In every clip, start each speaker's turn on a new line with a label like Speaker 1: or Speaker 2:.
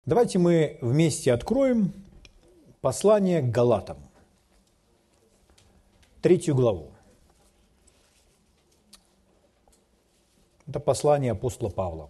Speaker 1: Давайте мы вместе откроем послание к Галатам, 3 главу. Это послание апостола Павла.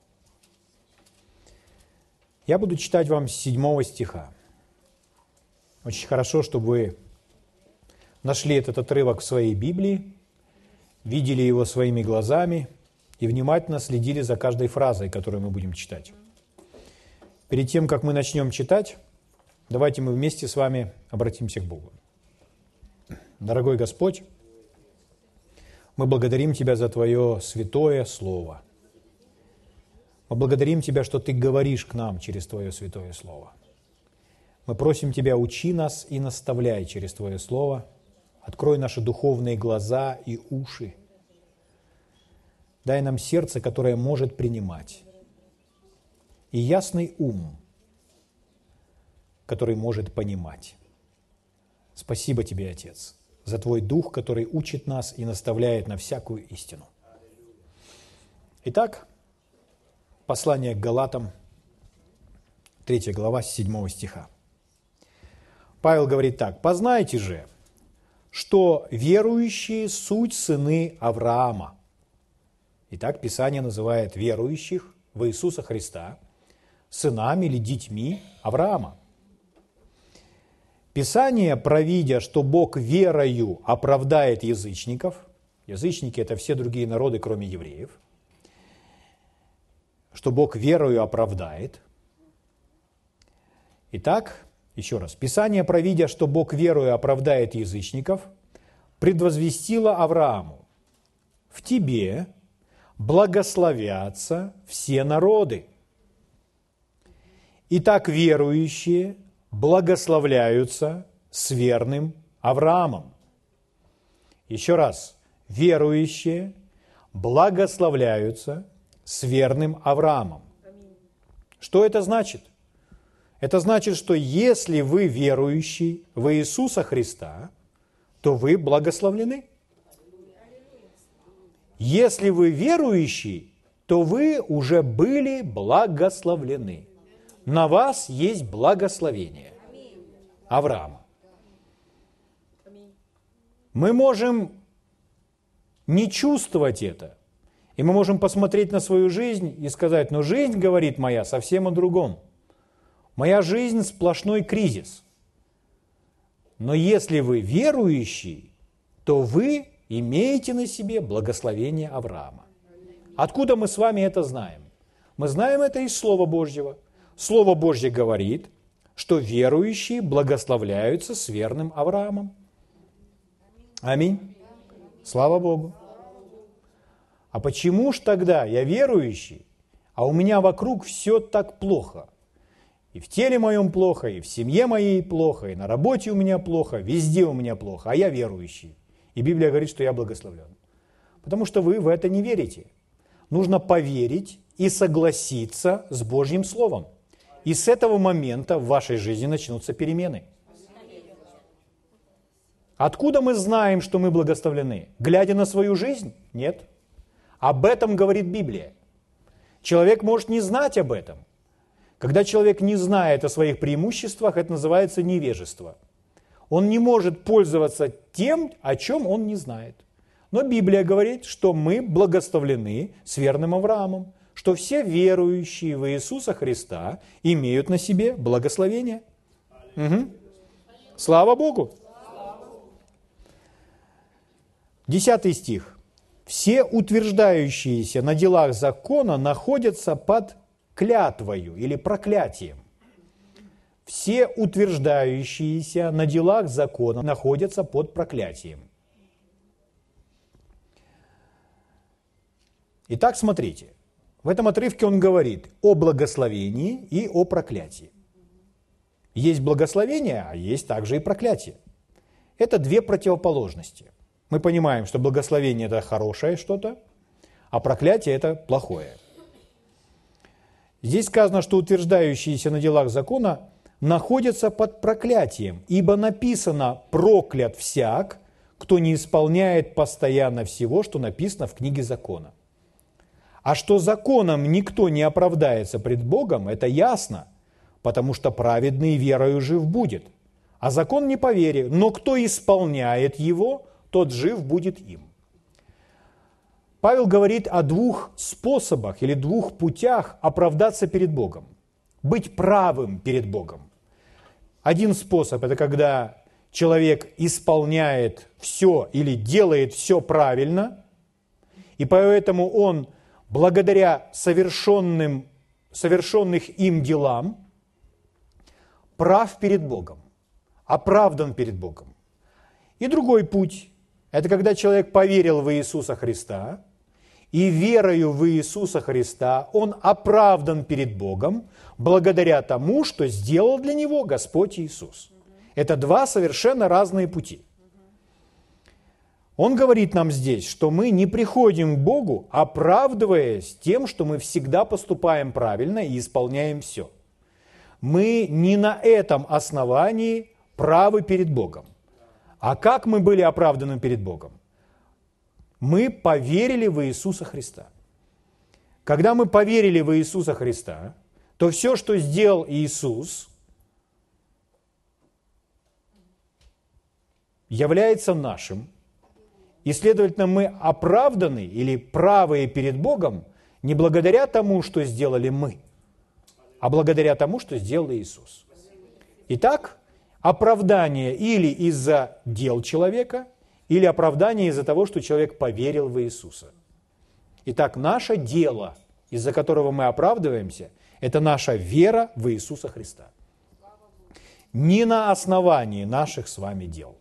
Speaker 1: Я буду читать вам с 7 стиха. Очень хорошо, чтобы вы нашли этот отрывок в своей Библии, видели его своими глазами и внимательно следили за каждой фразой, которую мы будем читать. Перед тем, как мы начнем читать, давайте мы вместе с вами обратимся к Богу. Дорогой Господь, мы благодарим Тебя за Твое святое Слово. Мы благодарим Тебя, что Ты говоришь к нам через Твое святое Слово. Мы просим Тебя, учи нас и наставляй через Твое Слово. Открой наши духовные глаза и уши. Дай нам сердце, которое может принимать. И ясный ум, который может понимать. Спасибо Тебе, Отец, за Твой Дух, который учит нас и наставляет на всякую истину. Итак, послание к Галатам, 3 глава, с 7 стиха. Павел говорит так: «Познайте же, что верующие суть сыны Авраама». Итак, Писание называет верующих в Иисуса Христа сынами или детьми Авраама. Писание, провидя, что Бог верою оправдает язычников, язычники – это все другие народы, кроме евреев, что Бог верою оправдает. Итак, еще раз, Писание, провидя, что Бог верою оправдает язычников, предвозвестило Аврааму: «В тебе благословятся все народы». Итак, верующие благословляются с верным Авраамом. Еще раз, верующие благословляются с верным Авраамом. Что это значит? Это значит, что если вы верующий в Иисуса Христа, то вы благословлены. Если вы верующий, то вы уже были благословлены. На вас есть благословение Авраама. Мы можем не чувствовать это, и мы можем посмотреть на свою жизнь и сказать: но жизнь, говорит моя, совсем о другом. Моя жизнь сплошной кризис. Но если вы верующий, то вы имеете на себе благословение Авраама. Откуда мы с вами это знаем? Мы знаем это из Слова Божьего. Слово Божье говорит, что верующие благословляются с верным Авраамом. Аминь. Слава Богу. А почему ж тогда я верующий, а у меня вокруг все так плохо? И в теле моем плохо, и в семье моей плохо, и на работе у меня плохо, везде у меня плохо, а я верующий. И Библия говорит, что я благословлен. Потому что вы в это не верите. Нужно поверить и согласиться с Божьим Словом. И с этого момента в вашей жизни начнутся перемены. Откуда мы знаем, что мы благословлены? Глядя на свою жизнь? Нет. Об этом говорит Библия. Человек может не знать об этом. Когда человек не знает о своих преимуществах, это называется невежество. Он не может пользоваться тем, о чем он не знает. Но Библия говорит, что мы благословлены с верным Авраамом, что все верующие в Иисуса Христа имеют на себе благословение. Угу. Слава Богу! 10 стих. «Все утверждающиеся на делах закона находятся под клятвою или проклятием». Все утверждающиеся на делах закона находятся под проклятием. Итак, смотрите. В этом отрывке он говорит о благословении и о проклятии. Есть благословение, а есть также и проклятие. Это две противоположности. Мы понимаем, что благословение – это хорошее что-то, а проклятие – это плохое. Здесь сказано, что утверждающиеся на делах закона находятся под проклятием, ибо написано: «Проклят всяк, кто не исполняет постоянно всего, что написано в книге закона». А что законом никто не оправдается пред Богом, это ясно. потому что праведный верою жив будет. А закон не по вере, но кто исполняет его, тот жив будет им. Павел говорит о двух способах или двух путях оправдаться перед Богом. Быть правым перед Богом. Один способ – это когда человек исполняет все или делает все правильно, и поэтому он, благодаря совершенных им делам, прав перед Богом, оправдан перед Богом. И другой путь – это когда человек поверил в Иисуса Христа, и верою в Иисуса Христа он оправдан перед Богом благодаря тому, что сделал для него Господь Иисус. Это два совершенно разные пути. Он говорит нам здесь, что мы не приходим к Богу, оправдываясь тем, что мы всегда поступаем правильно и исполняем все. Мы не на этом основании правы перед Богом. А как мы были оправданы перед Богом? Мы поверили в Иисуса Христа. Когда мы поверили в Иисуса Христа, то все, что сделал Иисус, является нашим. И, следовательно, мы оправданы или правые перед Богом не благодаря тому, что сделали мы, а благодаря тому, что сделал Иисус. Итак, оправдание или из-за дел человека, или оправдание из-за того, что человек поверил в Иисуса. Итак, наше дело, из-за которого мы оправдываемся, это наша вера в Иисуса Христа. Не на основании наших с вами дел.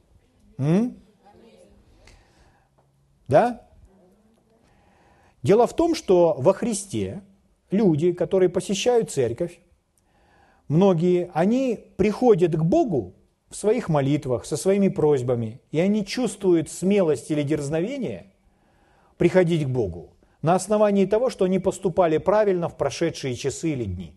Speaker 1: Да? Дело в том, что во Христе люди, которые посещают церковь, многие, они приходят к Богу в своих молитвах, со своими просьбами, и они чувствуют смелость или дерзновение приходить к Богу на основании того, что они поступали правильно в прошедшие часы или дни.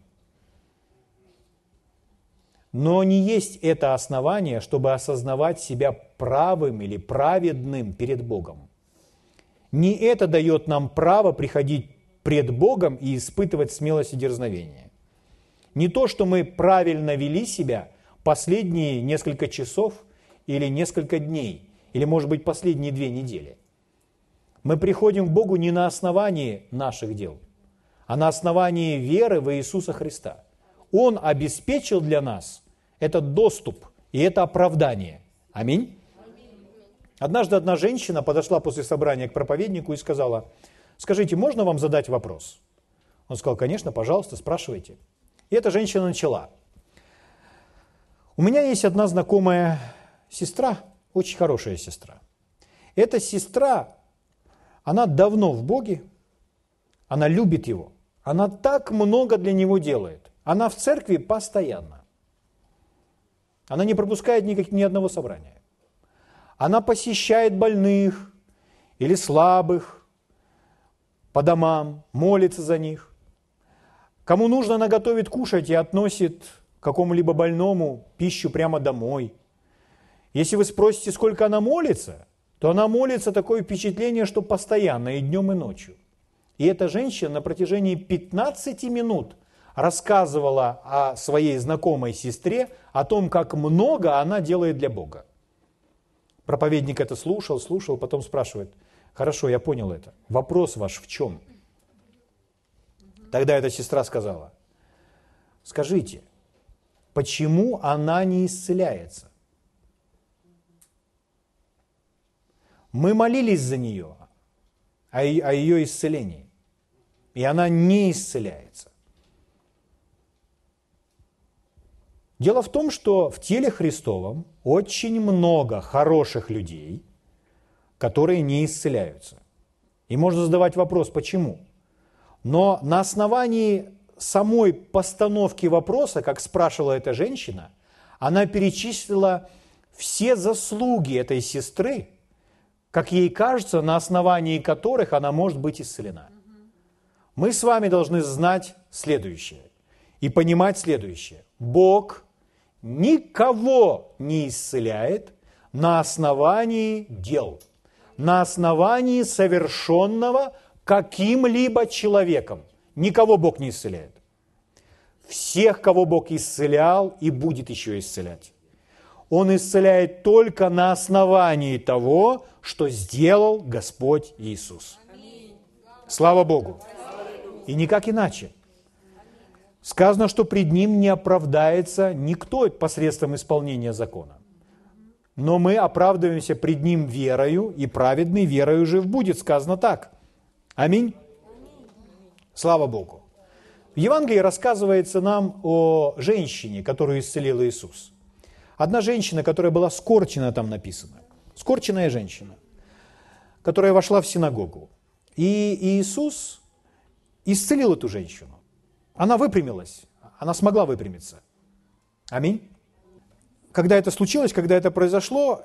Speaker 1: Но не есть это основание, чтобы осознавать себя правым или праведным перед Богом. Не это дает нам право приходить пред Богом и испытывать смелость и дерзновение. Не то, что мы правильно вели себя последние несколько часов или несколько дней, или, может быть, последние 2 недели. Мы приходим к Богу не на основании наших дел, а на основании веры в Иисуса Христа. Он обеспечил для нас этот доступ и это оправдание. Аминь. Однажды одна женщина подошла после собрания к проповеднику и сказала: «Скажите, можно вам задать вопрос?» Он сказал: «Конечно, пожалуйста, спрашивайте». И эта женщина начала: «У меня есть одна знакомая сестра, очень хорошая сестра. Эта сестра, она давно в Боге, она любит Его, она так много для Него делает, она в церкви постоянно, она не пропускает ни одного собрания, она посещает больных или слабых по домам, молится за них, кому нужно, она готовит кушать и относит какому-либо больному пищу прямо домой. Если вы спросите, сколько она молится, то она молится, такое впечатление, что постоянно, и днем, и ночью. И эта женщина на протяжении 15 минут рассказывала о своей знакомой сестре, о том, как много она делает для Бога. Проповедник это слушал, потом спрашивает: «Хорошо, я понял это. Вопрос ваш в чем?» Тогда эта сестра сказала: «Скажите, почему она не исцеляется? Мы молились за нее, о ее исцелении, и она не исцеляется». Дело в том, что в теле Христовом очень много хороших людей, которые не исцеляются. И можно задавать вопрос, почему? Но на основании самой постановки вопроса, как спрашивала эта женщина, она перечислила все заслуги этой сестры, как ей кажется, на основании которых она может быть исцелена. Мы с вами должны знать следующее и понимать следующее. Бог никого не исцеляет на основании дел, на основании совершенного каким-либо человеком. Никого Бог не исцеляет. всех, кого Бог исцелял и будет еще исцелять. Он исцеляет только на основании того, что сделал Господь Иисус. Слава Богу! И никак иначе. Сказано, что пред Ним не оправдается никто посредством исполнения закона. Но мы оправдываемся пред Ним верою, и праведный верою жив будет. Сказано так. Аминь. Слава Богу. В Евангелии рассказывается нам о женщине, которую исцелил Иисус. Одна женщина, которая была скорчена, там написано. Скорченная женщина, которая вошла в синагогу. И Иисус исцелил эту женщину. Она выпрямилась, она смогла выпрямиться. Аминь. Когда это случилось, когда это произошло,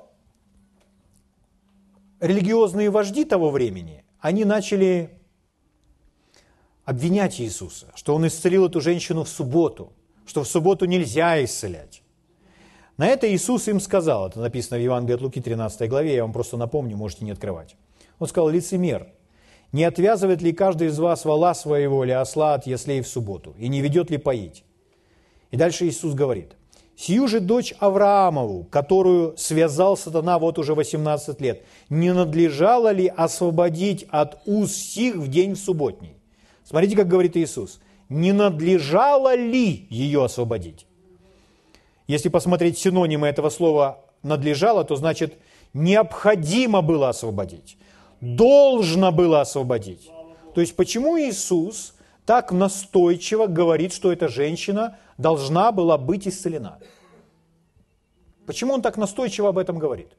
Speaker 1: религиозные вожди того времени, они начали обвинять Иисуса, что Он исцелил эту женщину в субботу, что в субботу нельзя исцелять. На это Иисус им сказал, это написано в Евангелии от Луки, 13 главе, я вам просто напомню, можете не открывать. Он сказал: лицемер, не отвязывает ли каждый из вас вола своего или осла от яслей в субботу, и не ведет ли поить? И дальше Иисус говорит: сию же дочь Авраамову, которую связал сатана вот уже 18 лет, не надлежало ли освободить от уз сих в день субботний? Смотрите, как говорит Иисус. Не надлежало ли ее освободить? Если посмотреть синонимы этого слова «надлежало», то значит необходимо было освободить, должно было освободить. То есть почему Иисус так настойчиво говорит, что эта женщина должна была быть исцелена? Почему Он так настойчиво об этом говорит?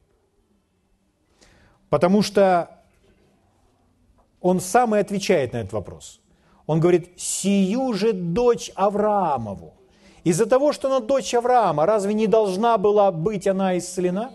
Speaker 1: Потому что Он сам и отвечает на этот вопрос. Он говорит: «Сию же дочь Авраамову». Из-за того, что она дочь Авраама, разве не должна была быть она исцелена?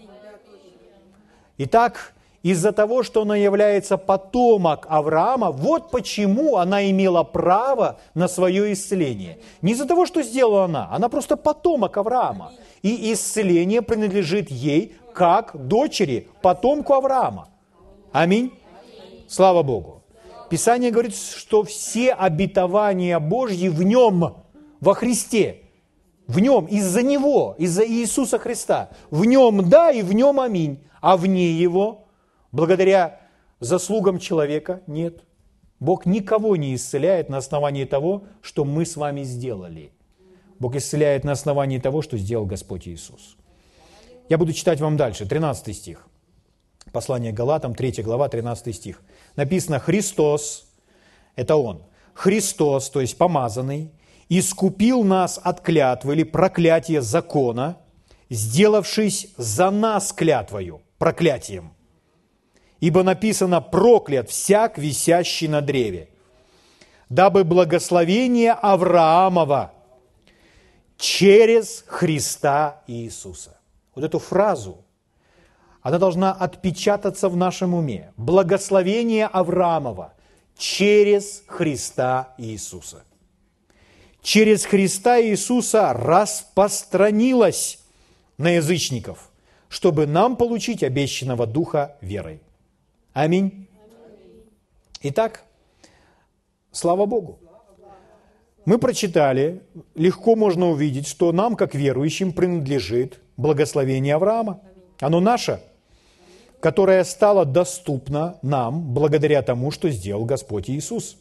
Speaker 1: Итак, из-за того, что она является потомок Авраама, вот почему она имела право на свое исцеление. Не из-за того, что сделала она просто потомок Авраама. И исцеление принадлежит ей как дочери, потомку Авраама. Аминь. Слава Богу. Писание говорит, что все обетования Божьи в Нем, во Христе. В Нем, из-за Него, из-за Иисуса Христа. В Нем да и в Нем аминь. А вне Его, благодаря заслугам человека, нет. Бог никого не исцеляет на основании того, что мы с вами сделали. Бог исцеляет на основании того, что сделал Господь Иисус. Я буду читать вам дальше, 13 стих. Послание к Галатам, 3 глава, 13 стих. Написано: Христос, это Он, Христос, то есть помазанный, искупил нас от клятвы или проклятия закона, сделавшись за нас клятвою, проклятием. Ибо написано: проклят всяк, висящий на древе, дабы благословение Авраамова через Христа Иисуса. Вот эту фразу, она должна отпечататься в нашем уме. Благословение Авраамова через Христа Иисуса. Через Христа Иисуса распространилось на язычников, чтобы нам получить обещанного Духа верой. Аминь. Итак, слава Богу. Мы прочитали, легко можно увидеть, что нам, как верующим, принадлежит благословение Авраама. Оно наше, которое стало доступно нам благодаря тому, что сделал Господь Иисус.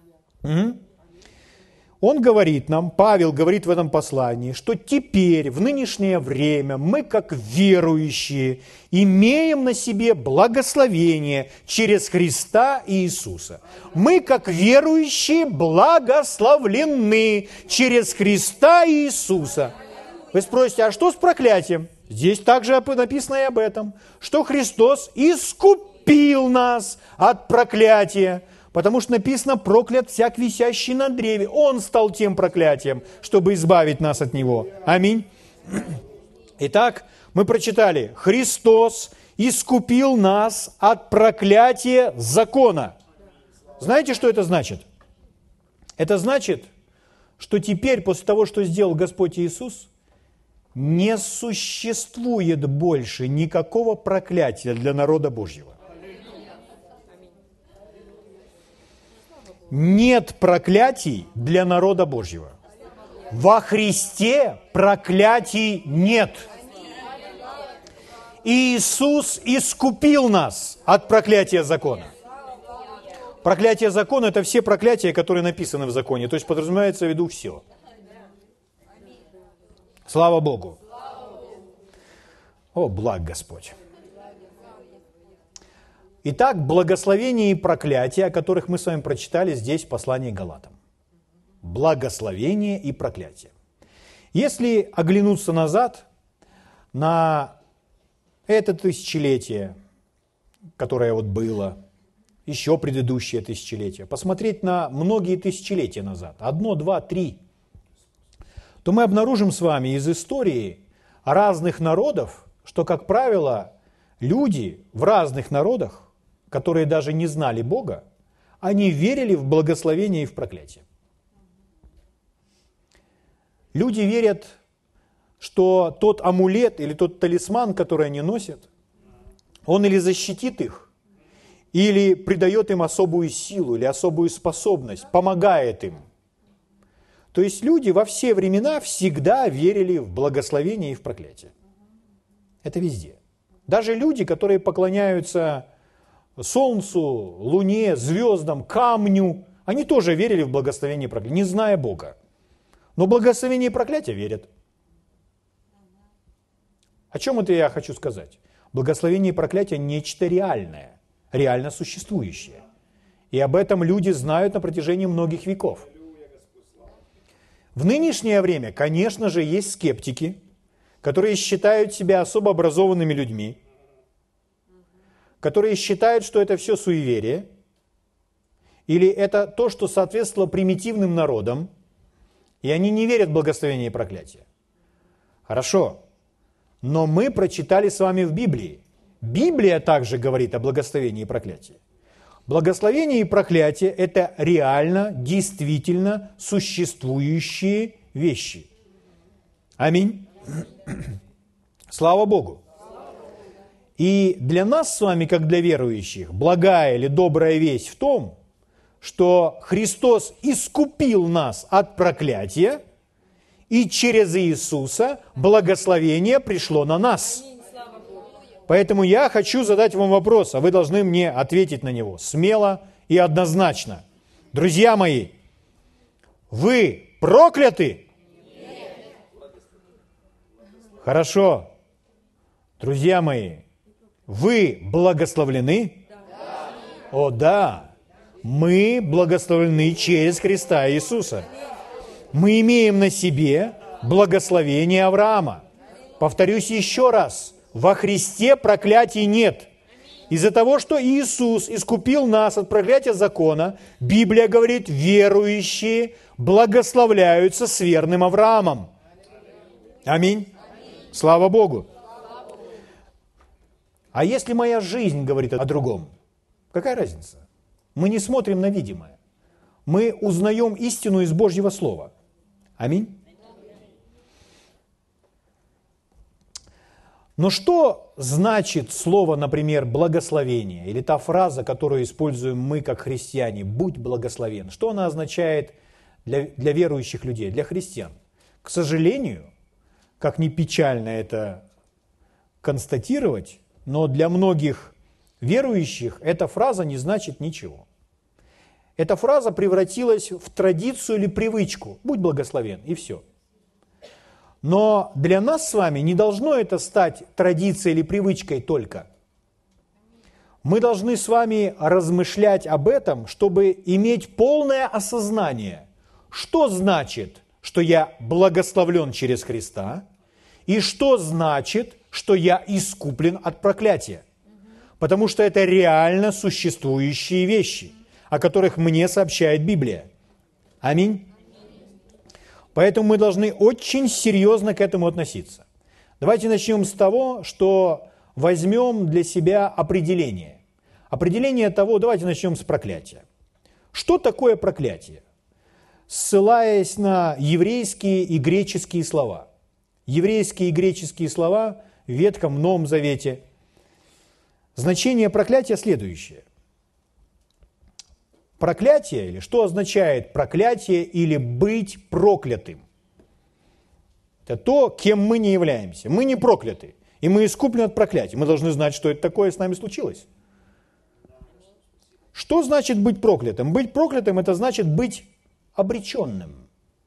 Speaker 1: Он говорит нам, Павел говорит в этом послании, что теперь, в нынешнее время, мы, как верующие, имеем на себе благословение через Христа Иисуса. Мы, как верующие, благословлены через Христа Иисуса. Вы спросите, а что с проклятием? Здесь также написано и об этом, что Христос искупил нас от проклятия. Потому что написано: проклят всяк, висящий на древе. Он стал тем проклятием, чтобы избавить нас от него. Аминь. Итак, мы прочитали: Христос искупил нас от проклятия закона. Знаете, что это значит? Это значит, что теперь, после того, что сделал Господь Иисус, не существует больше никакого проклятия для народа Божьего. Нет проклятий для народа Божьего. Во Христе проклятий нет. Иисус искупил нас от проклятия закона. Проклятие закона – это все проклятия, которые написаны в законе. То есть подразумевается в виду все. Слава Богу. О, благ Господь. Итак, благословение и проклятие, о которых мы с вами прочитали здесь в послании к Галатам. Благословение и проклятие. Если оглянуться назад на это тысячелетие, которое вот было, еще предыдущее тысячелетие, посмотреть на многие тысячелетия назад, 1, 2, 3, то мы обнаружим с вами из истории разных народов, что, как правило, люди в разных народах, которые даже не знали Бога, они верили в благословение и в проклятие. Люди верят, что тот амулет или тот талисман, который они носят, он или защитит их, или придает им особую силу или особую способность, помогает им. То есть люди во все времена всегда верили в благословение и в проклятие. Это везде. Даже люди, которые поклоняются солнцу, луне, звездам, камню, они тоже верили в благословение и проклятие, не зная Бога. Но благословение и проклятие верят. О чем это я хочу сказать? Благословение и проклятие – нечто реальное, реально существующее. И об этом люди знают на протяжении многих веков. В нынешнее время, конечно же, есть скептики, которые считают себя особо образованными людьми, которые считают, что это все суеверие, или это то, что соответствовало примитивным народам, и они не верят в благословение и проклятие. Хорошо, но мы прочитали с вами в Библии. Библия также говорит о благословении и проклятии. Благословение и проклятие – это реально, действительно существующие вещи. Аминь. Слава Богу. И для нас с вами, как для верующих, благая или добрая весть в том, что Христос искупил нас от проклятия, и через Иисуса благословение пришло на нас. Поэтому я хочу задать вам вопрос, а вы должны мне ответить на него смело и однозначно. Друзья мои, вы прокляты? Хорошо. Друзья мои, вы благословлены? О, да. Мы благословлены через Христа Иисуса. Мы имеем на себе благословение Авраама. Повторюсь еще раз. Во Христе проклятий нет. Из-за того, что Иисус искупил нас от проклятия закона, Библия говорит, верующие благословляются с верным Авраамом. Аминь. Слава Богу. А если моя жизнь говорит о другом, какая разница? Мы не смотрим на видимое. Мы узнаем истину из Божьего Слова. Аминь. Но что значит слово, например, благословение, или та фраза, которую используем мы как христиане, «будь благословен»? Что она означает для верующих людей, для христиан? К сожалению, как ни печально это констатировать, но для многих верующих эта фраза не значит ничего. Эта фраза превратилась в традицию или привычку. «Будь благословен» и все. Но для нас с вами не должно это стать традицией или привычкой только. Мы должны с вами размышлять об этом, чтобы иметь полное осознание, что значит, что я благословлен через Христа, и что значит, что я искуплен от проклятия. Потому что это реально существующие вещи, о которых мне сообщает Библия. Аминь. Поэтому мы должны очень серьезно к этому относиться. Давайте начнем с того, что возьмем для себя определение. Определение того, давайте начнем с проклятия. Что такое проклятие? Ссылаясь на еврейские и греческие слова. Еврейские и греческие слова в Ветхом, Новом Завете. Значение проклятия следующее. Проклятие, или что означает проклятие или быть проклятым? Это то, кем мы не являемся. Мы не прокляты, и мы искуплены от проклятия. Мы должны знать, что это такое с нами случилось. Что значит быть проклятым? Быть проклятым – это значит быть обреченным.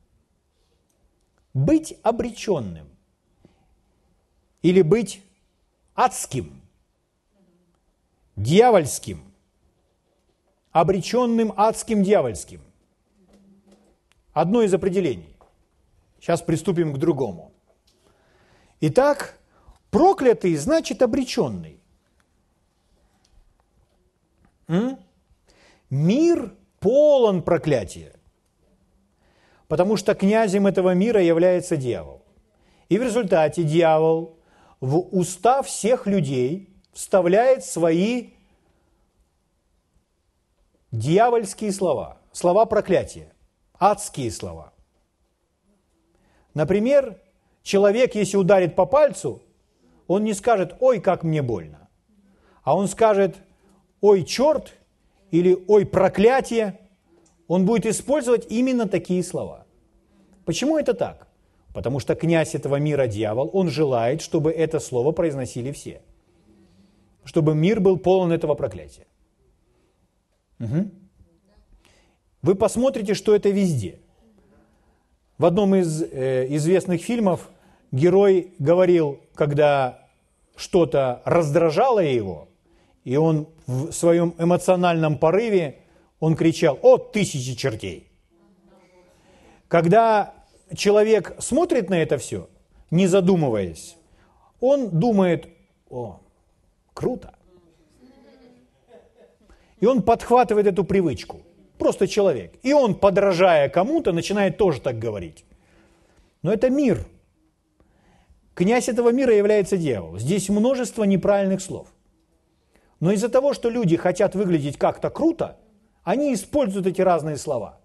Speaker 1: Быть обреченным. Или быть адским, дьявольским, обреченным адским дьявольским. Одно из определений. Сейчас приступим к другому. Итак, проклятый значит обреченный. Мир полон проклятия, потому что князем этого мира является дьявол. И в результате дьявол в уста всех людей вставляет свои дьявольские слова, слова проклятия, адские слова. Например, человек, если ударит по пальцу, он не скажет «Ой, как мне больно», а он скажет «Ой, черт» или «Ой, проклятие». Он будет использовать именно такие слова. Почему это так? Потому что князь этого мира, дьявол, он желает, чтобы это слово произносили все. Чтобы мир был полон этого проклятия. Угу. Вы посмотрите, что это везде. В одном из известных фильмов герой говорил, когда что-то раздражало его, и он в своем эмоциональном порыве, он кричал «О, тысячи чертей!». Когда человек смотрит на это все, не задумываясь, он думает «О, круто!». И он подхватывает эту привычку. Просто человек. И он, подражая кому-то, начинает тоже так говорить. Но это мир. Князь этого мира является дьявол. Здесь множество неправильных слов. Но из-за того, что люди хотят выглядеть как-то круто, они используют эти разные слова.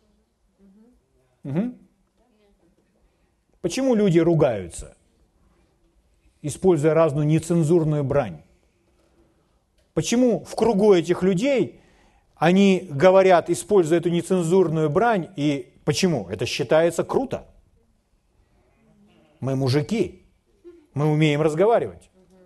Speaker 1: Угу. Почему люди ругаются, используя разную нецензурную брань? Почему в кругу этих людей они говорят, используя эту нецензурную брань, и почему? Это считается круто. Мы мужики, мы умеем разговаривать.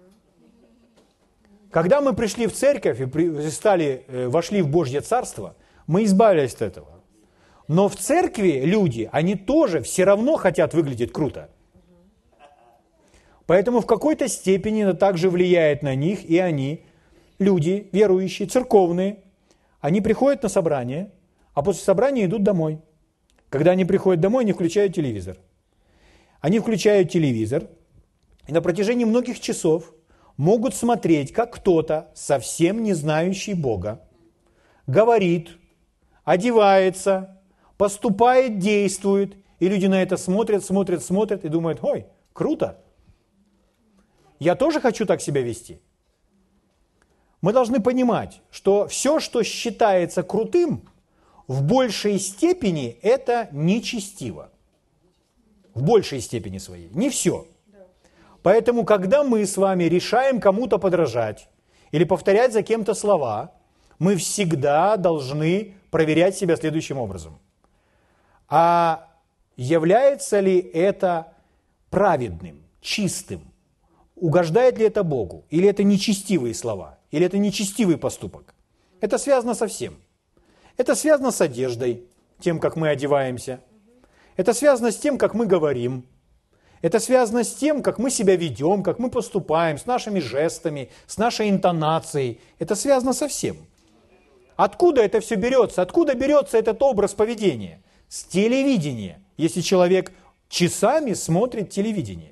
Speaker 1: Когда мы пришли в церковь и вошли в Божье Царство, мы избавились от этого. Но в церкви люди, они тоже все равно хотят выглядеть круто. Поэтому в какой-то степени это также влияет на них, и они, люди верующие, церковные, они приходят на собрание, а после собрания идут домой. Когда они приходят домой, они включают телевизор. Они включают телевизор, и на протяжении многих часов могут смотреть, как кто-то, совсем не знающий Бога, говорит, одевается, поступает, действует, и люди на это смотрят и думают, ой, круто, я тоже хочу так себя вести. Мы должны понимать, что все, что считается крутым, в большей степени это нечестиво. В большей степени своей. Не все. Поэтому, когда мы с вами решаем кому-то подражать или повторять за кем-то слова, мы всегда должны проверять себя следующим образом. А является ли это праведным, чистым? Угождает ли это Богу? Или это нечестивые слова? Или это нечестивый поступок? Это связано со всем. Это связано с одеждой, тем, как мы одеваемся. Это связано с тем, как мы говорим. Это связано с тем, как мы себя ведем, как мы поступаем, с нашими жестами, с нашей интонацией. Это связано со всем. Откуда это все берется? Откуда берется этот образ поведения? С телевидения, если человек часами смотрит телевидение.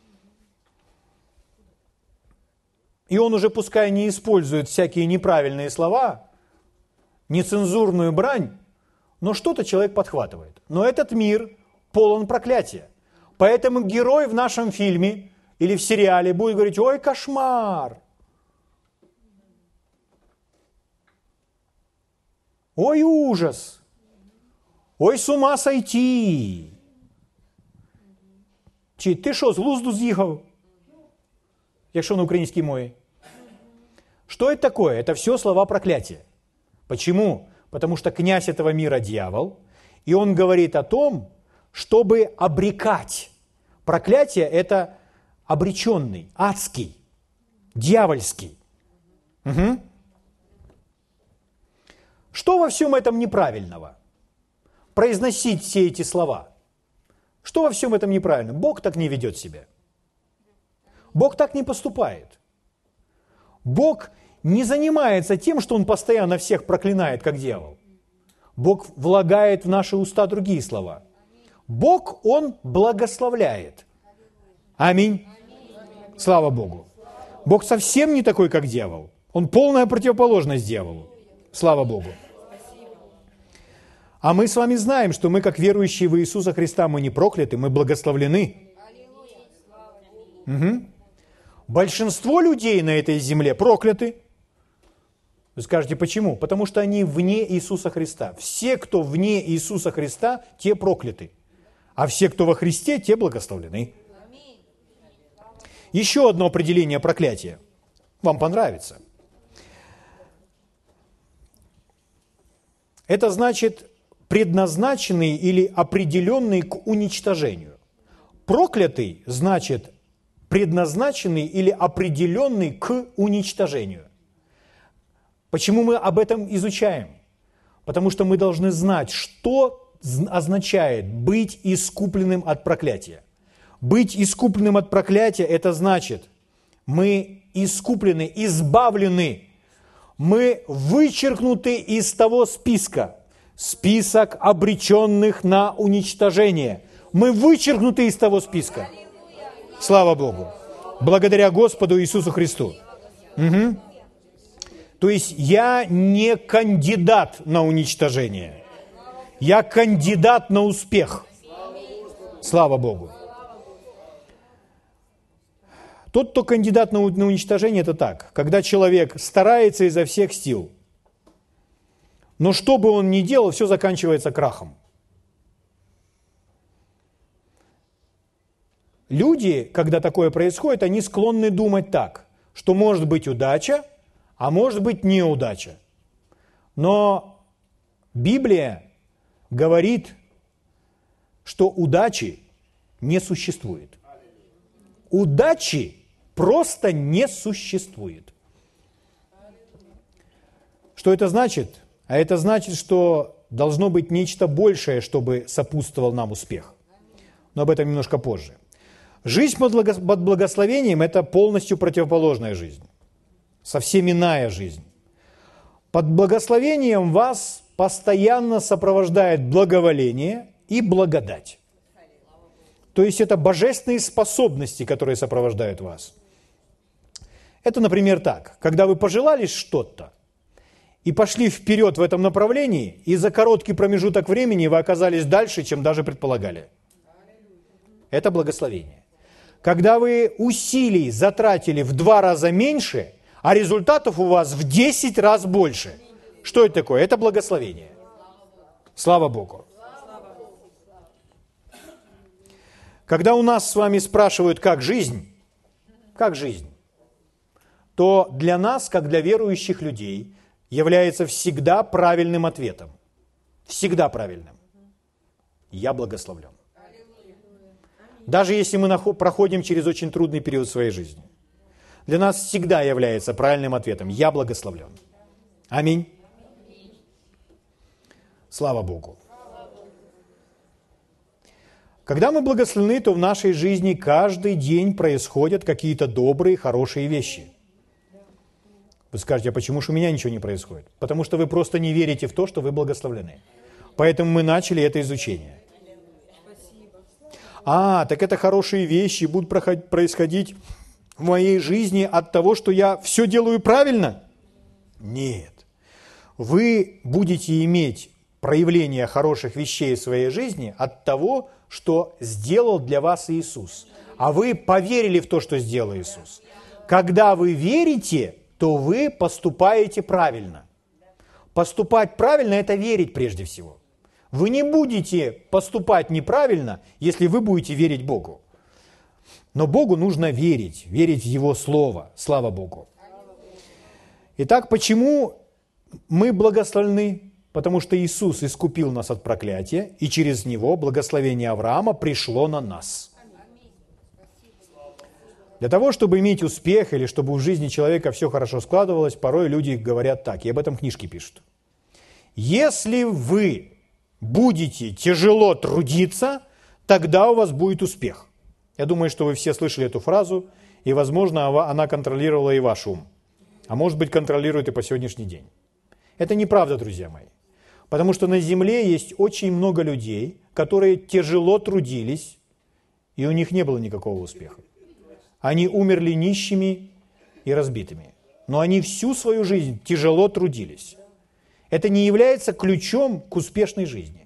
Speaker 1: И он уже пускай не использует всякие неправильные слова, нецензурную брань, но что-то человек подхватывает. Но этот мир полон проклятия. Поэтому герой в нашем фильме или в сериале будет говорить, ой, кошмар, ой, ужас, ой, с ума сойти. Ти що, з глузду з'їхав? Якщо на українській мові. Что это такое? Это все слова проклятия. Почему? Потому что князь этого мира дьявол, и он говорит о том, чтобы обрекать, Проклятие – это обреченный, адский, дьявольский. Угу. Что во всем этом неправильного? Произносить все эти слова. Что во всем этом неправильно? Бог так не ведет себя. Бог так не поступает. Бог не занимается тем, что Он постоянно всех проклинает, как дьявол. Бог влагает в наши уста другие слова. Бог, Он благословляет. Аминь. Слава Богу. Бог совсем не такой, как дьявол. Он полная противоположность дьяволу. Слава Богу. А мы с вами знаем, что мы, как верующие в Иисуса Христа, мы не прокляты, мы благословлены. Угу. Большинство людей на этой земле прокляты. Вы скажете, почему? Потому что они вне Иисуса Христа. Все, кто вне Иисуса Христа, те прокляты. А все, кто во Христе, те благословлены. Еще одно определение проклятия. Вам понравится. Это значит предназначенный или определенный к уничтожению. Проклятый значит предназначенный или определенный к уничтожению. Почему мы об этом изучаем? Потому что мы должны знать, что означает быть искупленным от проклятия. Быть искупленным от проклятия – это значит, мы искуплены, избавлены, мы вычеркнуты из того списка, список обреченных на уничтожение. Мы вычеркнуты из того списка. Слава Богу. Благодаря Господу Иисусу Христу. Угу. То есть я не кандидат на уничтожение. Я кандидат на успех. Слава Богу. Тот, кто кандидат на уничтожение, это так. Когда человек старается изо всех сил, но что бы он ни делал, все заканчивается крахом. Люди, когда такое происходит, они склонны думать так, что может быть удача, а может быть неудача. Но Библия говорит, что удачи не существует. Удачи просто не существует. Что это значит? А это значит, что должно быть нечто большее, чтобы сопутствовал нам успех. Но об этом немножко позже. Жизнь под благословением – это полностью противоположная жизнь. Совсем иная жизнь. Под благословением вас постоянно сопровождает благоволение и благодать. То есть это божественные способности, которые сопровождают вас. Это, например, так. Когда вы пожелали что-то и пошли вперед в этом направлении, и за короткий промежуток времени вы оказались дальше, чем даже предполагали. Это благословение. Когда вы усилий затратили в 2 раза меньше, а результатов у вас в 10 раз больше. Что это такое? Это благословение. Слава Богу. Когда у нас с вами спрашивают, как жизнь, то для нас, как для верующих людей, является всегда правильным ответом. Всегда правильным. Я благословлен. Даже если мы проходим через очень трудный период своей жизни. Для нас всегда является правильным ответом. Я благословлен. Аминь. Слава Богу. Когда мы благословлены, то в нашей жизни каждый день происходят какие-то добрые, хорошие вещи. Вы скажете, а почему же у меня ничего не происходит? Потому что вы просто не верите в то, что вы благословлены. Поэтому мы начали это изучение. Так это хорошие вещи будут происходить в моей жизни от того, что я все делаю правильно? Нет. Вы будете иметь проявление хороших вещей в своей жизни от того, что сделал для вас Иисус. А вы поверили в то, что сделал Иисус. Когда вы верите, то вы поступаете правильно. Поступать правильно – это верить прежде всего. Вы не будете поступать неправильно, если вы будете верить Богу. Но Богу нужно верить в Его Слово. Слава Богу. Итак, почему мы благословлены? Потому что Иисус искупил нас от проклятия, и через Него благословение Авраама пришло на нас. Для того, чтобы иметь успех или чтобы в жизни человека все хорошо складывалось, порой люди говорят так, и об этом книжки пишут. Если вы будете тяжело трудиться, тогда у вас будет успех. Я думаю, что вы все слышали эту фразу, и, возможно, она контролировала и ваш ум. А может быть, контролирует и по сегодняшний день. Это неправда, друзья мои. Потому что на земле есть очень много людей, которые тяжело трудились, и у них не было никакого успеха. Они умерли нищими и разбитыми. Но они всю свою жизнь тяжело трудились. Это не является ключом к успешной жизни.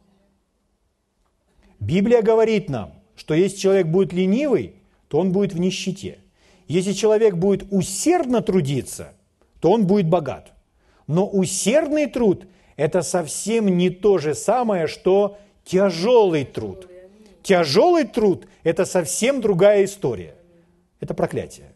Speaker 1: Библия говорит нам, что если человек будет ленивый, то он будет в нищете. Если человек будет усердно трудиться, то он будет богат. Но усердный труд – это совсем не то же самое, что тяжелый труд. Тяжелый труд – это совсем другая история. Это проклятие.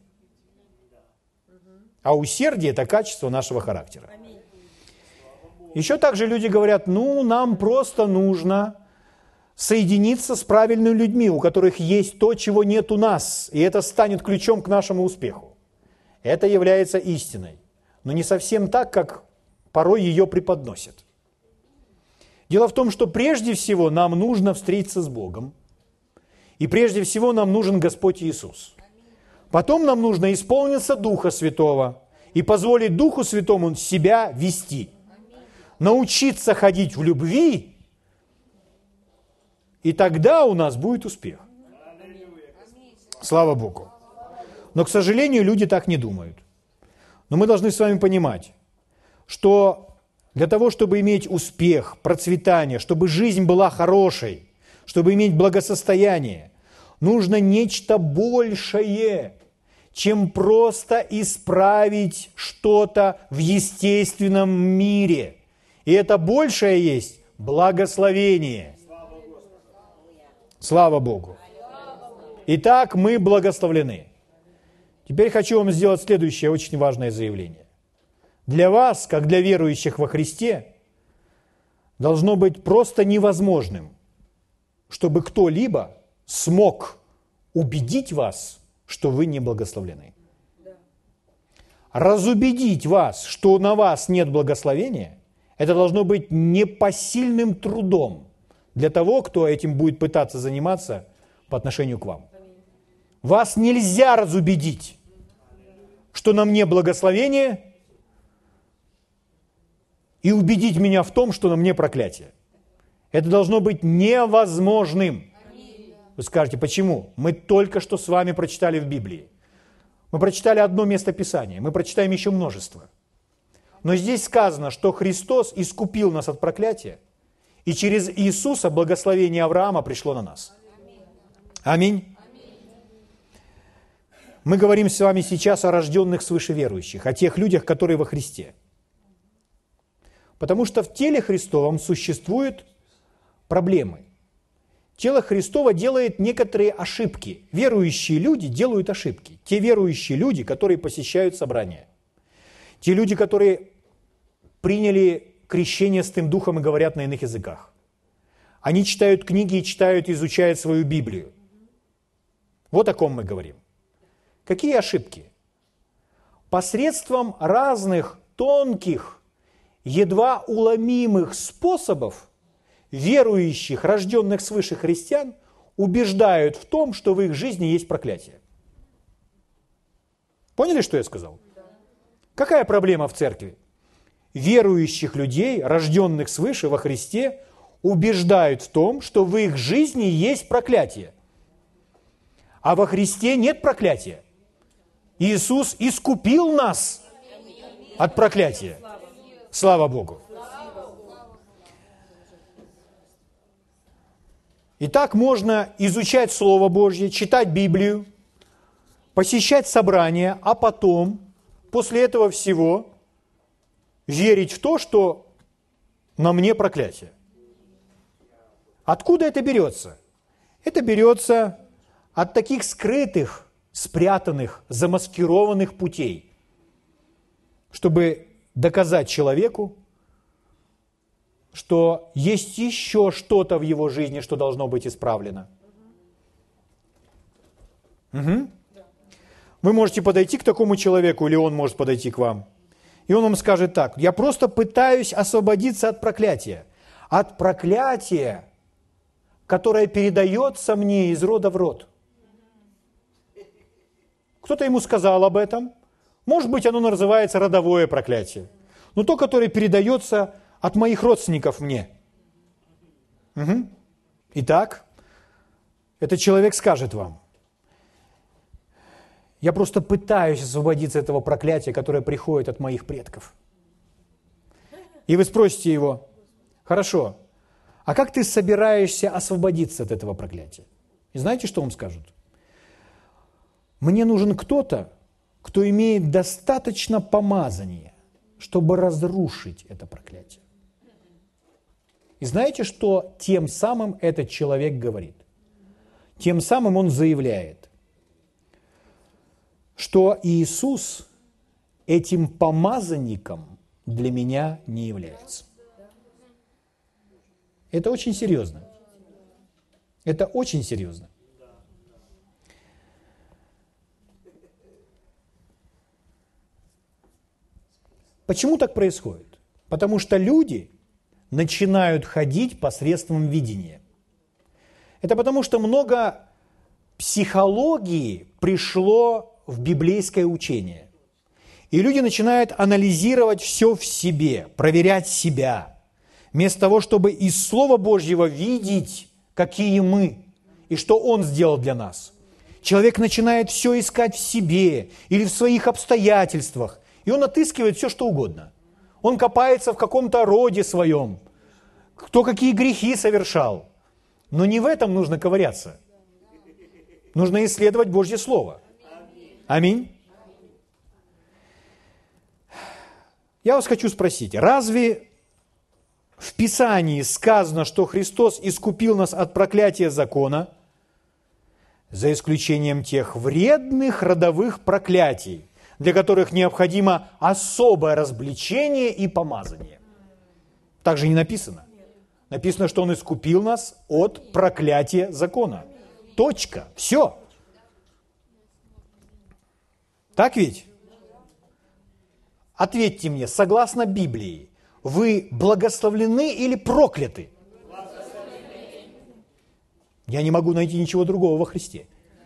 Speaker 1: А усердие – это качество нашего характера. Еще также люди говорят, нам просто нужно соединиться с правильными людьми, у которых есть то, чего нет у нас, и это станет ключом к нашему успеху. Это является истиной, но не совсем так, как порой ее преподносят. Дело в том, что прежде всего нам нужно встретиться с Богом, и прежде всего нам нужен Господь Иисус. Потом нам нужно исполниться Духа Святого и позволить Духу Святому себя вести. Научиться ходить в любви, и тогда у нас будет успех. Слава Богу. Но, к сожалению, люди так не думают. Но мы должны с вами понимать, что для того, чтобы иметь успех, процветание, чтобы жизнь была хорошей, чтобы иметь благосостояние, нужно нечто большее, чем просто исправить что-то в естественном мире. И это большее есть благословение. Слава Богу. Итак, мы благословлены. Теперь хочу вам сделать следующее очень важное заявление. Для вас, как для верующих во Христе, должно быть просто невозможным, чтобы кто-либо смог убедить вас, что вы не благословлены. Разубедить вас, что на вас нет благословения, это должно быть непосильным трудом для того, кто этим будет пытаться заниматься по отношению к вам. Вас нельзя разубедить, что на мне благословение, и убедить меня в том, что на мне проклятие. Это должно быть невозможным. Вы скажете, почему? Мы только что с вами прочитали в Библии. Мы прочитали одно место Писания, мы прочитаем еще множество. Но здесь сказано, что Христос искупил нас от проклятия, и через Иисуса благословение Авраама пришло на нас. Аминь. Мы говорим с вами сейчас о рожденных свыше верующих, о тех людях, которые во Христе. Потому что в теле Христовом существуют проблемы. Тело Христово делает некоторые ошибки. Верующие люди делают ошибки. Те верующие люди, которые посещают собрания. Те люди, которые приняли крещение Святым Духом и говорят на иных языках. Они читают книги и читают, изучают свою Библию. Вот о ком мы говорим. Какие ошибки? Посредством разных тонких, едва уломимых способов верующих, рожденных свыше христиан, убеждают в том, что в их жизни есть проклятие. Поняли, что я сказал? Какая проблема в церкви? Верующих людей, рожденных свыше во Христе, убеждают в том, что в их жизни есть проклятие. А во Христе нет проклятия. Иисус искупил нас от проклятия. Слава Богу. Итак, можно изучать Слово Божье, читать Библию, посещать собрания, а потом, после этого всего, верить в то, что на мне проклятие. Откуда это берется? Это берется от таких скрытых, спрятанных, замаскированных путей, чтобы доказать человеку, что есть еще что-то в его жизни, что должно быть исправлено. Угу. Вы можете подойти к такому человеку, или он может подойти к вам. И он вам скажет так: я просто пытаюсь освободиться от проклятия. От проклятия, которое передается мне из рода в род. Кто-то ему сказал об этом. Может быть, оно называется родовое проклятие. Но то, которое передается от моих родственников мне. Угу. Итак, этот человек скажет вам: я просто пытаюсь освободиться от этого проклятия, которое приходит от моих предков. И вы спросите его: хорошо, а как ты собираешься освободиться от этого проклятия? И знаете, что вам скажут? Мне нужен кто-то, кто имеет достаточно помазания, чтобы разрушить это проклятие. И знаете, что тем самым этот человек говорит? Тем самым он заявляет, что Иисус этим помазанником для меня не является. Это очень серьезно. Это очень серьезно. Почему так происходит? Потому что люди начинают ходить посредством видения. Это потому что много психологии пришло в библейское учение. И люди начинают анализировать все в себе, проверять себя, вместо того, чтобы из Слова Божьего видеть, какие мы, и что Он сделал для нас. Человек начинает все искать в себе или в своих обстоятельствах, и он отыскивает все, что угодно. Он копается в каком-то роде своем, кто какие грехи совершал. Но не в этом нужно ковыряться. Нужно исследовать Божье Слово. Аминь. Я вас хочу спросить, разве в Писании сказано, что Христос искупил нас от проклятия закона, за исключением тех вредных родовых проклятий, для которых необходимо особое разоблачение и помазание? Так же не написано. Написано, что Он искупил нас от проклятия закона. Точка. Все. Так ведь? Ответьте мне, согласно Библии, вы благословлены или прокляты? Я не могу найти ничего другого во Христе.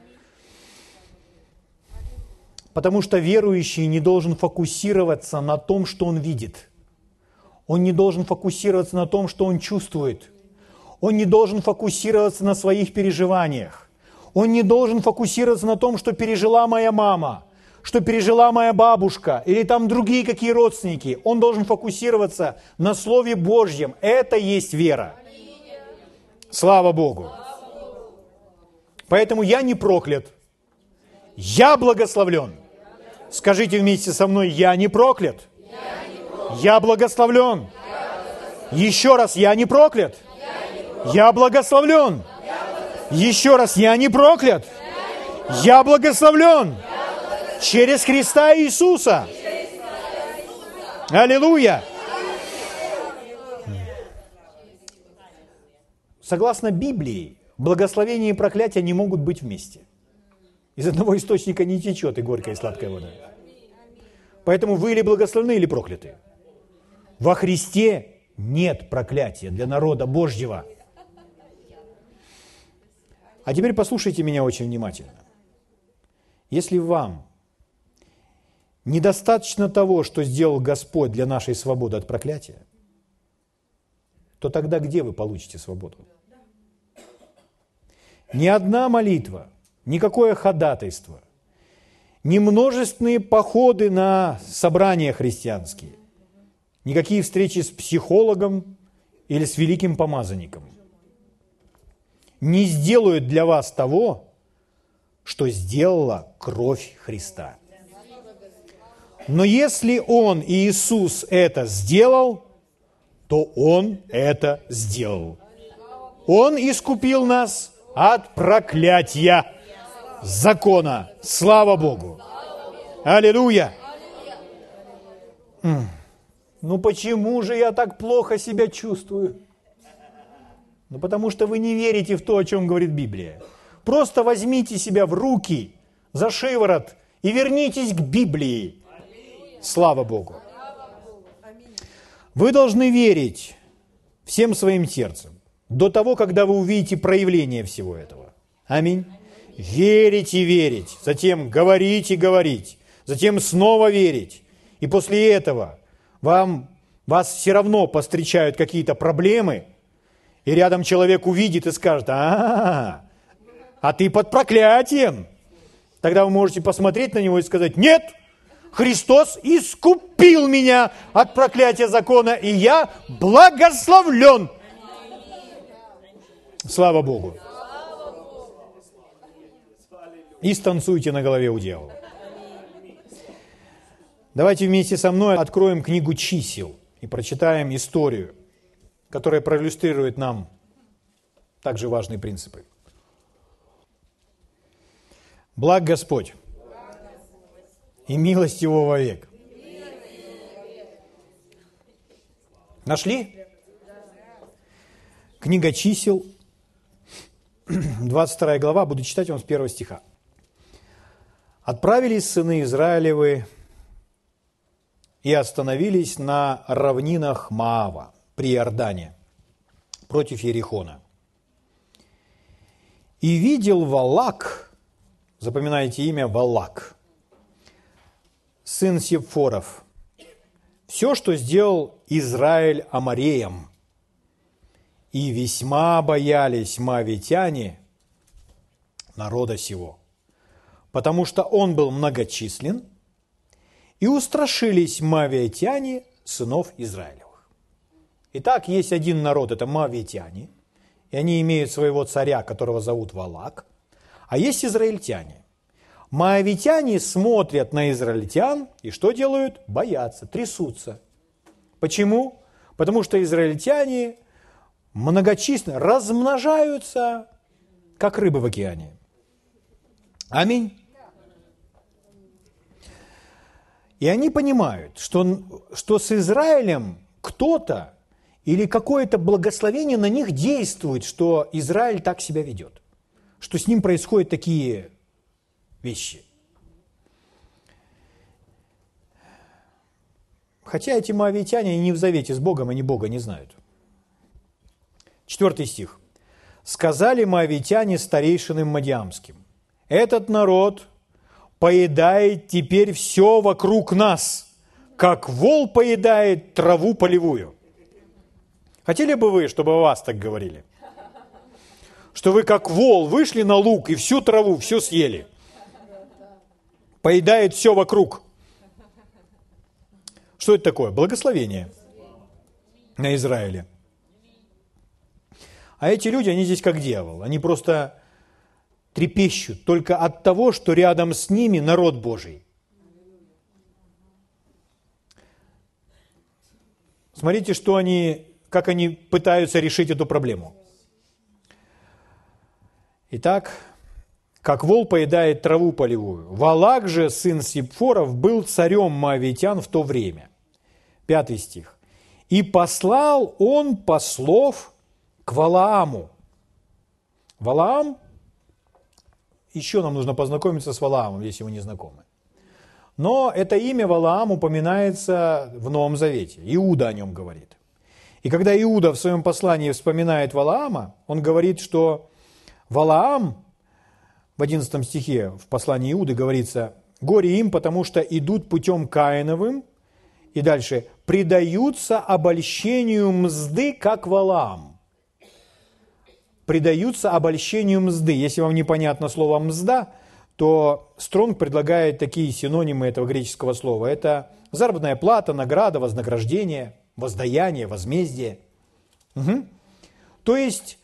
Speaker 1: Потому что верующий не должен фокусироваться на том, что он видит. Он не должен фокусироваться на том, что он чувствует. Он не должен фокусироваться на своих переживаниях. Он не должен фокусироваться на том, что пережила моя мама, что пережила моя бабушка или там другие какие родственники. Он должен фокусироваться на Слове Божьем. Это есть вера. Слава Богу. Поэтому я не проклят. Я благословлен. Скажите вместе со мной: я не проклят. Я благословлен. Еще раз: я не проклят. Я благословлен. Еще раз: я не проклят. Я благословлен. Через Христа Иисуса. Аллилуйя. Согласно Библии, благословение и проклятие не могут быть вместе. Из одного источника не течет и горькая, и сладкая вода. Поэтому вы или благословены, или прокляты. Во Христе нет проклятия для народа Божьего. А теперь послушайте меня очень внимательно. Если вам недостаточно того, что сделал Господь для нашей свободы от проклятия, то тогда где вы получите свободу? Ни одна молитва, никакое ходатайство, ни множественные походы на собрания христианские, никакие встречи с психологом или с великим помазанником не сделают для вас того, что сделала кровь Христа. Но если Он, Иисус, это сделал, то Он это сделал. Он искупил нас от проклятия закона. Слава Богу! Аллилуйя! Ну почему же я так плохо себя чувствую? Ну потому что вы не верите в то, о чем говорит Библия. Просто возьмите себя в руки, за шиворот и вернитесь к Библии. Слава Богу. Вы должны верить всем своим сердцем до того, когда вы увидите проявление всего этого. Аминь. Верить и верить, затем говорить и говорить, затем снова верить. И после этого вас все равно повстречают какие-то проблемы, и рядом человек увидит и скажет: а ты под проклятием. Тогда вы можете посмотреть на него и сказать: нет, Христос искупил меня от проклятия закона, и я благословлен. Слава Богу. И станцуйте на голове у дьявола. Давайте вместе со мной откроем книгу чисел и прочитаем историю, которая проиллюстрирует нам также важные принципы. Благ Господь и милость Его вовек. Нашли? Книга чисел, 22 глава, буду читать вам с 1 стиха. «Отправились сыны Израилевы и остановились на равнинах Моава при Иордане против Ерихона. И видел Валак», запоминайте имя Валак, сын Сепфоров, все, что сделал Израиль амореям, и весьма боялись моавитяне народа сего, потому что он был многочислен, и устрашились моавитяне сынов Израилевых. Итак, есть один народ, это моавитяне, и они имеют своего царя, которого зовут Валак, а есть израильтяне. Моавитяне смотрят на израильтян и что делают? Боятся, трясутся. Почему? Потому что израильтяне многочисленно размножаются, как рыбы в океане. Аминь. И они понимают, что с Израилем кто-то или какое-то благословение на них действует, что Израиль так себя ведет, что с ним происходят такие вещи. Хотя эти моавитяне не в завете с Богом, они Бога не знают. 4 стих. «Сказали моавитяне старейшинам мадиамским: этот народ поедает теперь все вокруг нас, как вол поедает траву полевую». Хотели бы вы, чтобы о вас так говорили? Что вы как вол вышли на луг и всю траву, все съели. Поедает все вокруг. Что это такое? Благословение на Израиле. А эти люди, они здесь как дьявол. Они просто трепещут только от того, что рядом с ними народ Божий. Смотрите, как они пытаются решить эту проблему. Итак, как вол поедает траву полевую. Валак же, сын Сепфоров, был царем моавитян в то время. 5 стих. «И послал он послов к Валааму». Валаам, еще нам нужно познакомиться с Валаамом, если вы не знакомы. Но это имя Валаам упоминается в Новом Завете. Иуда о нем говорит. И когда Иуда в своем послании вспоминает Валаама, он говорит, что Валаам, в 11 стихе в послании Иуды говорится: «Горе им, потому что идут путем Каиновым». И дальше: «предаются обольщению мзды, как Валаам». Предаются обольщению мзды. Если вам непонятно слово «мзда», то Стронг предлагает такие синонимы этого греческого слова. Это заработная плата, награда, вознаграждение, воздаяние, возмездие. Угу. То есть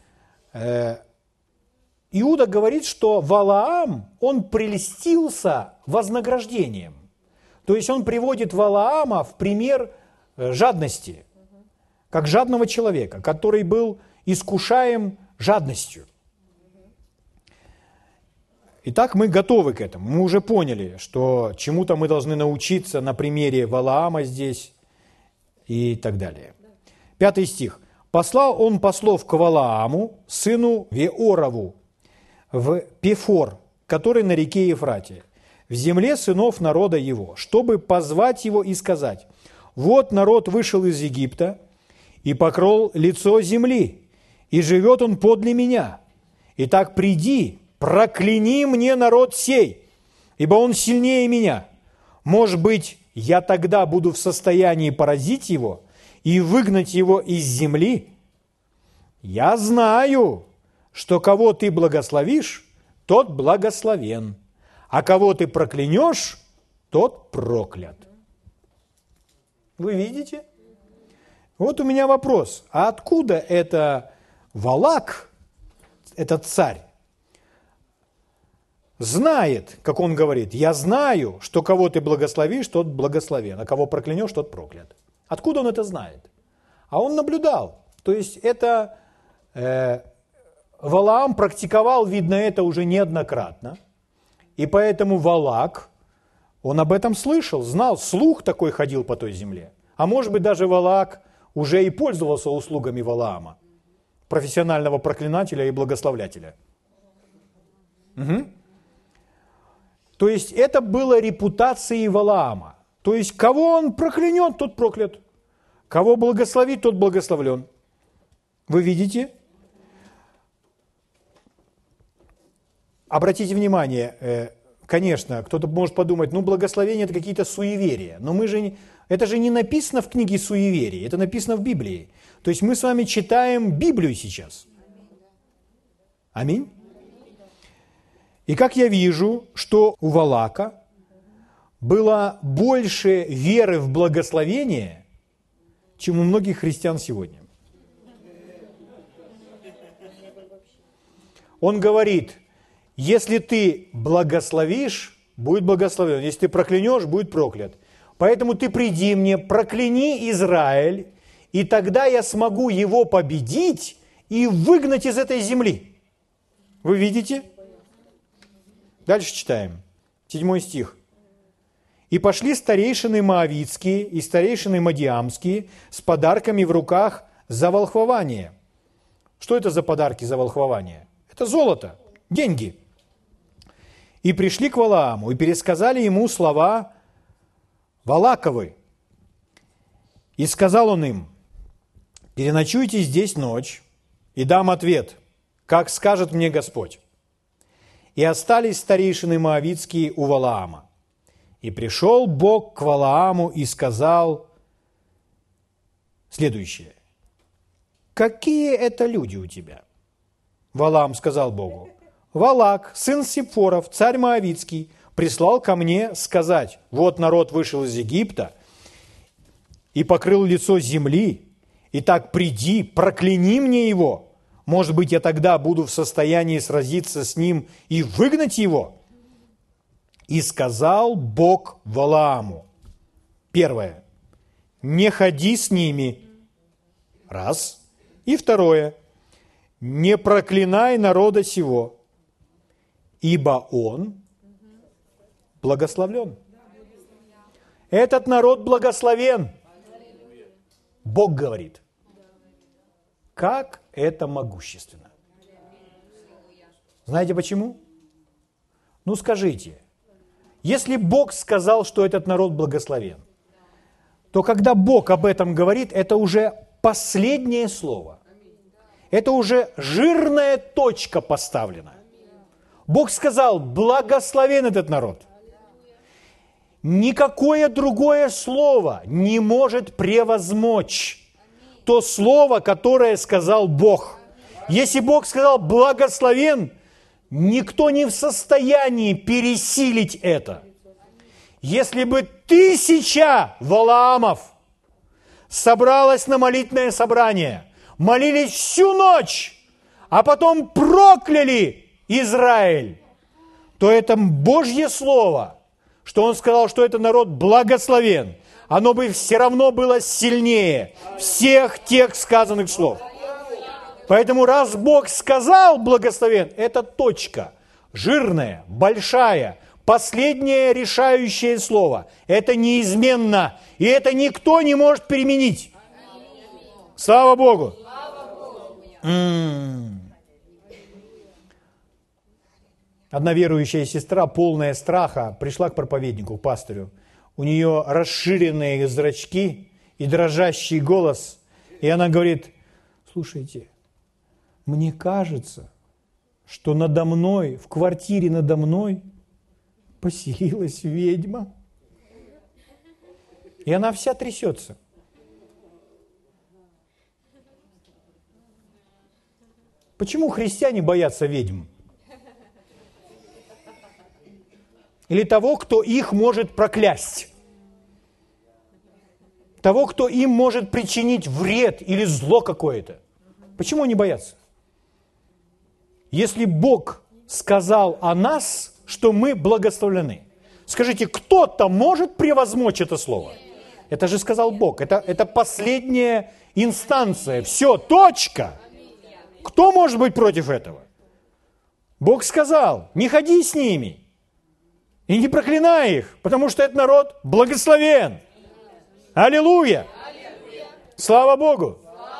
Speaker 1: Иуда говорит, что Валаам, он прельстился вознаграждением. То есть он приводит Валаама в пример жадности, как жадного человека, который был искушаем жадностью. Итак, мы готовы к этому. Мы уже поняли, что чему-то мы должны научиться на примере Валаама здесь и так далее. 5 стих. «Послал он послов к Валааму, сыну Веорову, в Пефор, который на реке Ефрате, в земле сынов народа его, чтобы позвать его и сказать: вот народ вышел из Египта и покрыл лицо земли, и живет он подле меня. Итак, приди, прокляни мне народ сей, ибо он сильнее меня. Может быть, я тогда буду в состоянии поразить его и выгнать его из земли? Я знаю, что кого ты благословишь, тот благословен, а кого ты проклянешь, тот проклят. Вы видите? Вот у меня вопрос. А откуда это Валак, этот царь, знает, как он говорит: я знаю, что кого ты благословишь, тот благословен, а кого проклянешь, тот проклят? Откуда он это знает? А он наблюдал. То есть это Валаам практиковал, видно, это уже неоднократно. И поэтому Валак, он об этом слышал, знал, слух такой ходил по той земле. А может быть, даже Валак уже и пользовался услугами Валаама, профессионального проклинателя и благословлятеля. Угу. То есть это было репутацией Валаама. То есть кого он проклянет, тот проклят. Кого благословит, тот благословлен. Вы видите? Обратите внимание, конечно, кто-то может подумать, ну, благословение – это какие-то суеверия. Но это же не написано в книге суеверий, это написано в Библии. То есть мы с вами читаем Библию сейчас. Аминь. И как я вижу, что у Валака было больше веры в благословение, чем у многих христиан сегодня. Он говорит: если ты благословишь, будет благословен. Если ты проклянешь, будет проклят. Поэтому ты приди мне, прокляни Израиль, и тогда я смогу его победить и выгнать из этой земли. Вы видите? Дальше читаем. 7 стих. «И пошли старейшины моавитские и старейшины мадиамские с подарками в руках за волхвование». Что это за подарки за волхвование? Это золото, деньги. «И пришли к Валааму, и пересказали ему слова Валаковы. И сказал он им: переночуйте здесь ночь, и дам ответ, как скажет мне Господь. И остались старейшины моавитские у Валаама. И пришел Бог к Валааму и сказал следующее: какие это люди у тебя? Валаам сказал Богу: Валак, сын Сипфоров, царь моавитский, прислал ко мне сказать: вот народ вышел из Египта и покрыл лицо земли, итак приди, прокляни мне его. Может быть, я тогда буду в состоянии сразиться с ним и выгнать его. И сказал Бог Валааму: первое, не ходи с ними. Раз. И второе, не проклинай народа сего, ибо он благословлен. Этот народ благословен. Бог говорит. Как это могущественно. Знаете почему? Ну скажите, если Бог сказал, что этот народ благословен, то когда Бог об этом говорит, это уже последнее слово. Это уже жирная точка поставлена. Бог сказал: благословен этот народ. Никакое другое слово не может превозмочь то слово, которое сказал Бог. Если Бог сказал благословен, никто не в состоянии пересилить это. Если бы 1000 Валаамов собралось на молитвенное собрание, молились всю ночь, а потом прокляли Израиль, то это Божье слово, что Он сказал, что этот народ благословен, оно бы все равно было сильнее всех тех сказанных слов. Поэтому раз Бог сказал благословен, это точка, жирная, большая, последнее решающее слово. Это неизменно, и это никто не может переменить. Слава Одна верующая сестра, полная страха, пришла к проповеднику, к пастырю. У нее расширенные зрачки и дрожащий голос. И она говорит: слушайте, мне кажется, что надо мной, в квартире надо мной поселилась ведьма. И она вся трясется. Почему христиане боятся ведьм? Или того, кто их может проклясть? Того, кто им может причинить вред или зло какое-то? Почему они боятся? Если Бог сказал о нас, что мы благословлены, скажите, кто-то может превозмочь это слово? Это же сказал Бог. Это последняя инстанция. Все, точка. Кто может быть против этого? Бог сказал: не ходи с ними и не проклинай их, потому что этот народ благословен. Аллилуйя! Слава Богу!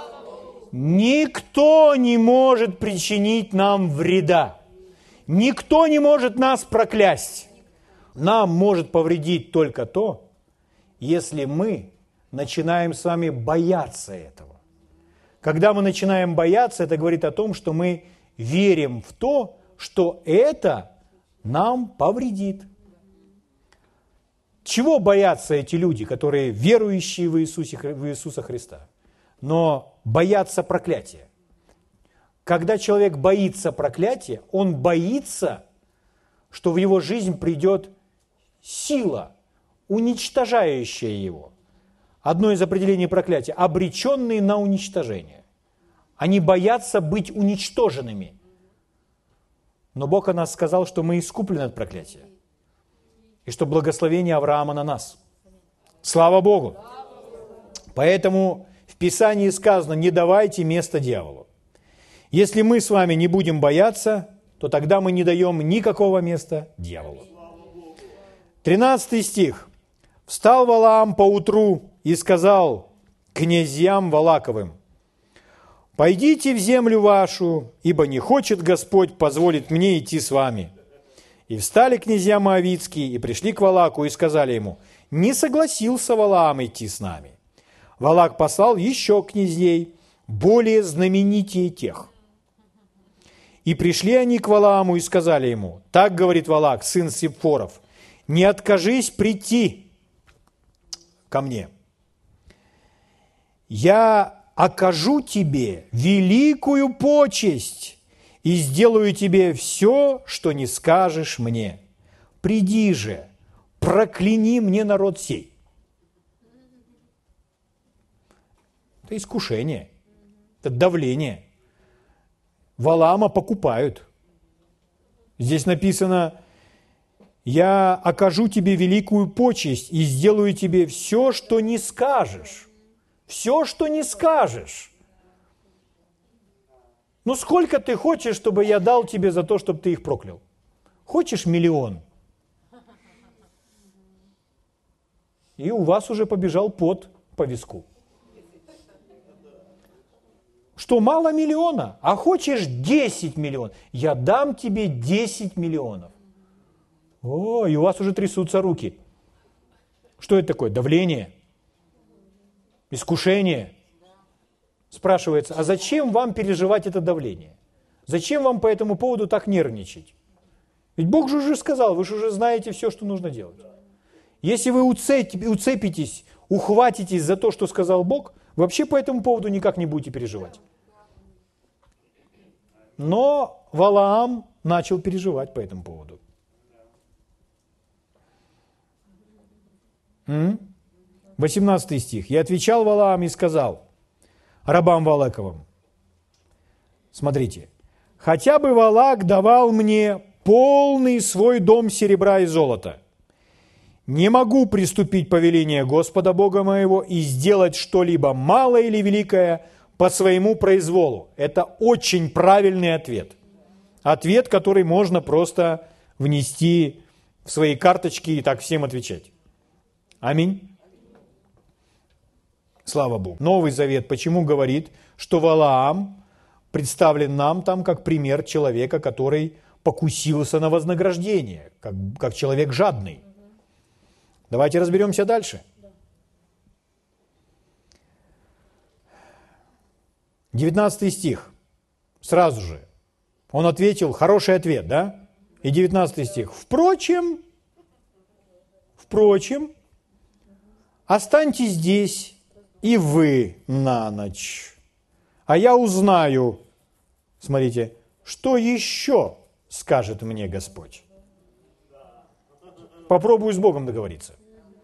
Speaker 1: Никто не может причинить нам вреда. Никто не может нас проклясть. Нам может повредить только то, если мы начинаем с вами бояться этого. Когда мы начинаем бояться, это говорит о том, что мы верим в то, что это нам повредит. Чего боятся эти люди, которые верующие в Иисуса Христа, но боятся проклятия? Когда человек боится проклятия, он боится, что в его жизнь придет сила, уничтожающая его. Одно из определений проклятия – обреченные на уничтожение. Они боятся быть уничтоженными. Но Бог о нас сказал, что мы искуплены от проклятия. И что благословение Авраама на нас. Слава Богу! Поэтому в Писании сказано: не давайте место дьяволу. Если мы с вами не будем бояться, то тогда мы не даем никакого места дьяволу. 13 стих. «Встал Валаам поутру и сказал князьям Валаковым: пойдите в землю вашу, ибо не хочет Господь позволить мне идти с вами. И встали князья моавитские и пришли к Валаку и сказали ему: не согласился Валаам идти с нами. Валак послал еще князей, более знаменитее тех. И пришли они к Валааму и сказали ему: так говорит Валак, сын Сипфоров, не откажись прийти ко мне. Я окажу тебе великую почесть и сделаю тебе все, что не скажешь мне. Приди же, прокляни мне народ сей». Это искушение, это давление. Валаама покупают. Здесь написано: «Я окажу тебе великую почесть и сделаю тебе все, что не скажешь». Все, что не скажешь. Ну, сколько ты хочешь, чтобы я дал тебе за то, чтобы ты их проклял? Хочешь 1 000 000? И у вас уже побежал пот по виску. Что, мало 1 000 000? А хочешь 10 миллионов? Я дам тебе 10 миллионов. О, и у вас уже трясутся руки. Что это такое? Давление? Искушение? Спрашивается, а зачем вам переживать это давление? Зачем вам по этому поводу так нервничать? Ведь Бог же уже сказал, вы же уже знаете все, что нужно делать. Если вы уцепитесь, ухватитесь за то, что сказал Бог, вообще по этому поводу никак не будете переживать. Но Валаам начал переживать по этому поводу. 18 стих. «И отвечал Валаам и сказал рабам Валаковым». Смотрите. «Хотя бы Валак давал мне полный свой дом серебра и золота, не могу приступить повеление Господа Бога моего и сделать что-либо малое или великое по своему произволу». Это очень правильный ответ. Ответ, который можно просто внести в свои карточки и так всем отвечать. Аминь. Слава Богу. Новый Завет почему говорит, что Валаам представлен нам там как пример человека, который покусился на вознаграждение, как человек жадный. Давайте разберемся дальше. 19 стих. Сразу же. Он ответил, хороший ответ, да? И 19 стих. Впрочем, останьтесь здесь и вы на ночь, а я узнаю, смотрите, что еще скажет мне Господь. Попробую с Богом договориться.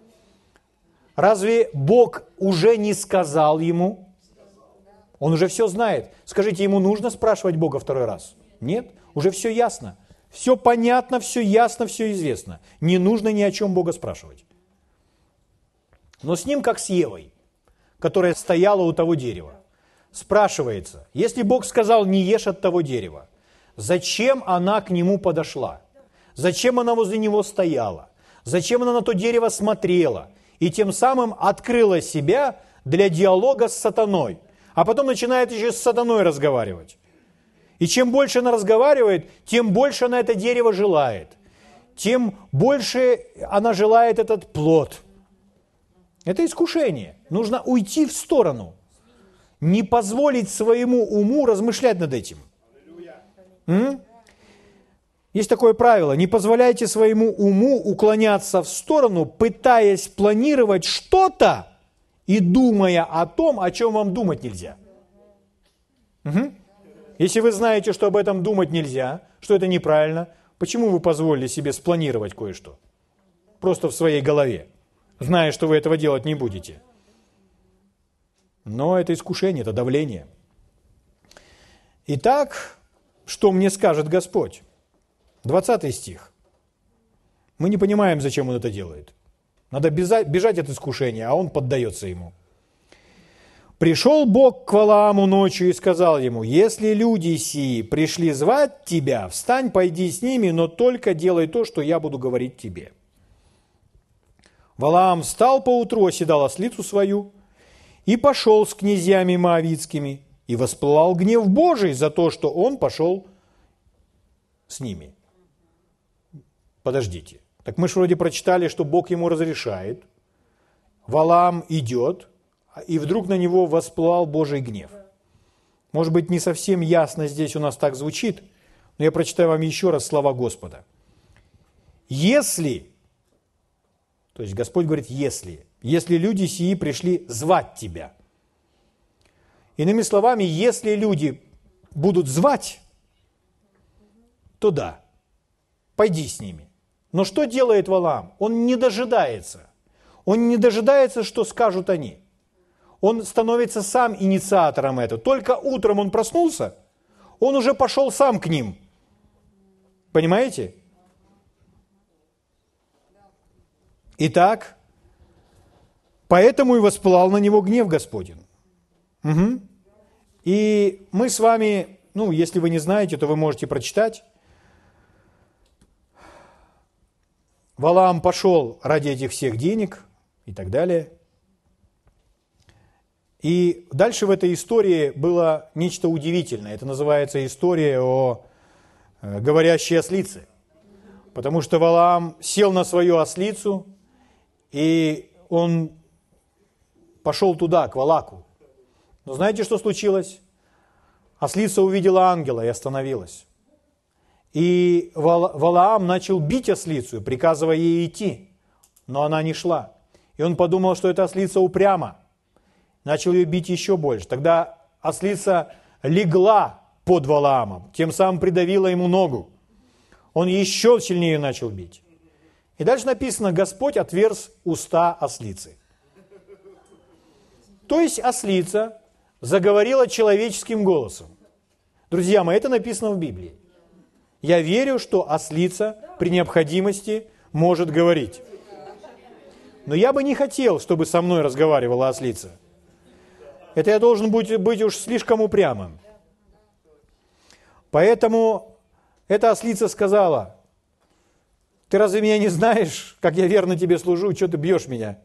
Speaker 1: Разве Бог уже не сказал ему? Он уже все знает. Скажите, ему нужно спрашивать Бога второй раз? Нет, уже все ясно. Все понятно, все ясно, все известно. Не нужно ни о чем Бога спрашивать. Но с ним, как с Евой, которая стояла у того дерева, спрашивается, если Бог сказал, не ешь от того дерева, зачем она к нему подошла? Зачем она возле него стояла? Зачем она на то дерево смотрела? И тем самым открыла себя для диалога с сатаной. А потом начинает еще с сатаной разговаривать. И чем больше она разговаривает, тем больше она это дерево желает. Тем больше она желает этот плод. Это искушение. Нужно уйти в сторону. Не позволить своему уму размышлять над этим. Есть такое правило. Не позволяйте своему уму уклоняться в сторону, пытаясь планировать что-то и думая о том, о чем вам думать нельзя. Если вы знаете, что об этом думать нельзя, что это неправильно, почему вы позволили себе спланировать кое-что? Просто в своей голове, зная, что вы этого делать не будете. Но это искушение, это давление. Итак, что мне скажет Господь? 20 стих. Мы не понимаем, зачем Он это делает. Надо бежать от искушения, а он поддается ему. «Пришел Бог к Валааму ночью и сказал ему, если люди сии пришли звать тебя, встань, пойди с ними, но только делай то, что я буду говорить тебе». Валаам встал поутру, оседал ослицу свою и пошел с князьями моавитскими, и воспылал гнев Божий за то, что он пошел с ними. Подождите. Так мы же вроде прочитали, что Бог ему разрешает. Валаам идет, и вдруг на него воспылал Божий гнев. Может быть, не совсем ясно здесь у нас так звучит, но я прочитаю вам еще раз слова Господа. Если, то есть Господь говорит, если люди сии пришли звать тебя. Иными словами, если люди будут звать, то да, пойди с ними. Но что делает Валаам? Он не дожидается. Он не дожидается, что скажут они. Он становится сам инициатором этого. Только утром он проснулся, он уже пошел сам к ним. Понимаете? Итак, поэтому и воспылал на него гнев Господень. Угу. И мы с вами, если вы не знаете, то вы можете прочитать. Валаам пошел ради этих всех денег и так далее. И дальше в этой истории было нечто удивительное. Это называется история о говорящей ослице. Потому что Валаам сел на свою ослицу, и он пошел туда, к Валаку. Но знаете, что случилось? Ослица увидела ангела и остановилась. И Валаам начал бить ослицу, приказывая ей идти, но она не шла. И он подумал, что эта ослица упряма. Начал ее бить еще больше. Тогда ослица легла под Валаамом, тем самым придавила ему ногу. Он еще сильнее начал бить. И дальше написано, Господь отверз уста ослицы. То есть ослица заговорила человеческим голосом. Друзья мои, это написано в Библии. Я верю, что ослица при необходимости может говорить. Но я бы не хотел, чтобы со мной разговаривала ослица. Это я должен быть уж слишком упрямым. Поэтому эта ослица сказала, ты разве меня не знаешь, как я верно тебе служу, что ты бьешь меня?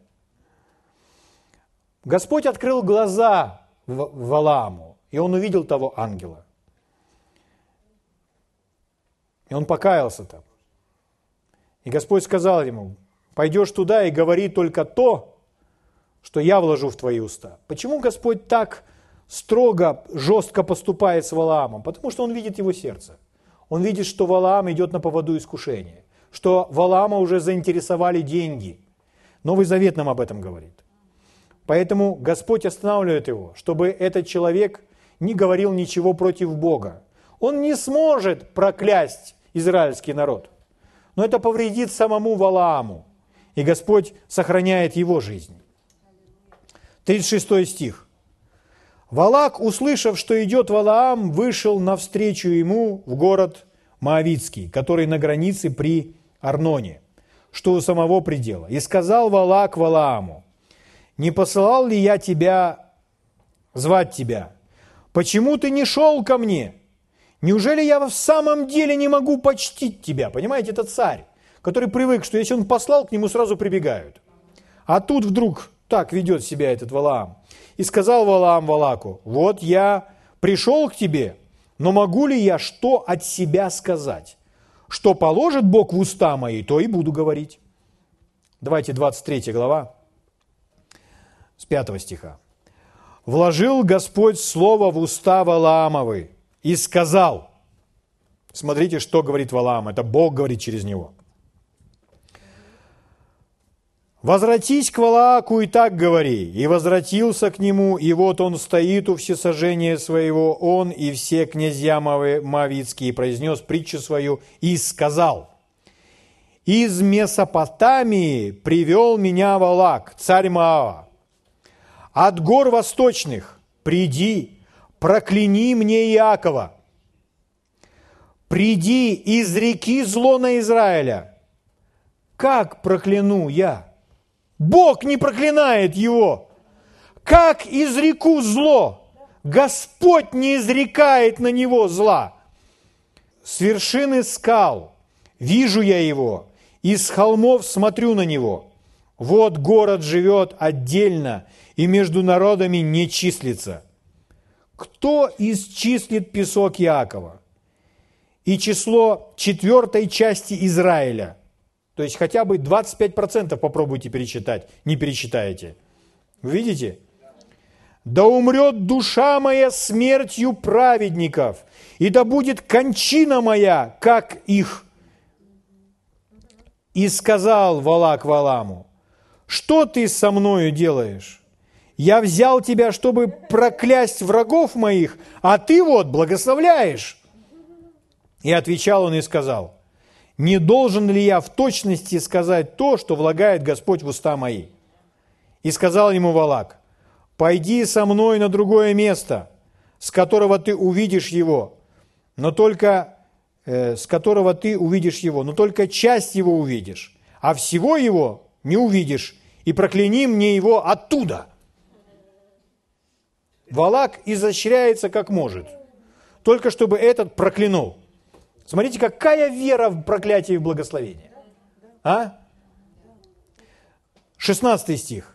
Speaker 1: Господь открыл глаза Валааму, и он увидел того ангела. И он покаялся там. И Господь сказал ему: пойдешь туда и говори только то, что я вложу в твои уста. Почему Господь так строго, жестко поступает с Валаамом? Потому что Он видит его сердце. Он видит, что Валаам идет на поводу искушения, что Валаама уже заинтересовали деньги. Новый Завет нам об этом говорит. Поэтому Господь останавливает его, чтобы этот человек не говорил ничего против Бога. Он не сможет проклясть израильский народ, но это повредит самому Валааму, и Господь сохраняет его жизнь. 36 стих. Валак, услышав, что идет Валаам, вышел навстречу ему в город Моавитский, который на границе при Арноне, что у самого предела. И сказал Валак Валааму: не посылал ли я тебя звать тебя? Почему ты не шел ко мне? Неужели я в самом деле не могу почтить тебя? Понимаете, это царь, который привык, что если он послал, к нему сразу прибегают. А тут вдруг так ведет себя этот Валаам. И сказал Валаам Валаку: вот я пришел к тебе, но могу ли я что от себя сказать? Что положит Бог в уста мои, то и буду говорить. Давайте 23 глава, с 5 стиха. «Вложил Господь слово в уста Валаамовы и сказал». Смотрите, что говорит Валаам, это Бог говорит через него. «Возвратись к Валааку и так говори». И возвратился к нему, и вот он стоит у всесожжения своего, он и все князья моавитские, и произнес притчу свою и сказал: «Из Месопотамии привел меня Валак, царь Моава. От гор восточных приди, прокляни мне Иакова. Приди, изреки зло на Израиля». Как прокляну я? Бог не проклинает его. Как изреку зло? Господь не изрекает на него зла. С вершины скал вижу я его, и с холмов смотрю на него. Вот город живет отдельно, и между народами не числится. Кто исчислит песок Иакова? И число 4 части Израиля. То есть хотя бы 25% попробуйте пересчитать, не пересчитаете. Вы видите? «Да умрет душа моя смертью праведников, и да будет кончина моя, как их». И сказал Валак Валааму: «Что ты со мною делаешь? Я взял тебя, чтобы проклясть врагов моих, а ты вот благословляешь». И отвечал он и сказал: «Не должен ли я в точности сказать то, что влагает Господь в уста мои?» И сказал ему Валак: «Пойди со мной на другое место, с которого ты увидишь его, но только часть его увидишь, а всего его не увидишь, и прокляни мне его оттуда». Валак изощряется как может, только чтобы этот проклянул. Смотрите, какая вера в проклятие и в благословение. 16 стих.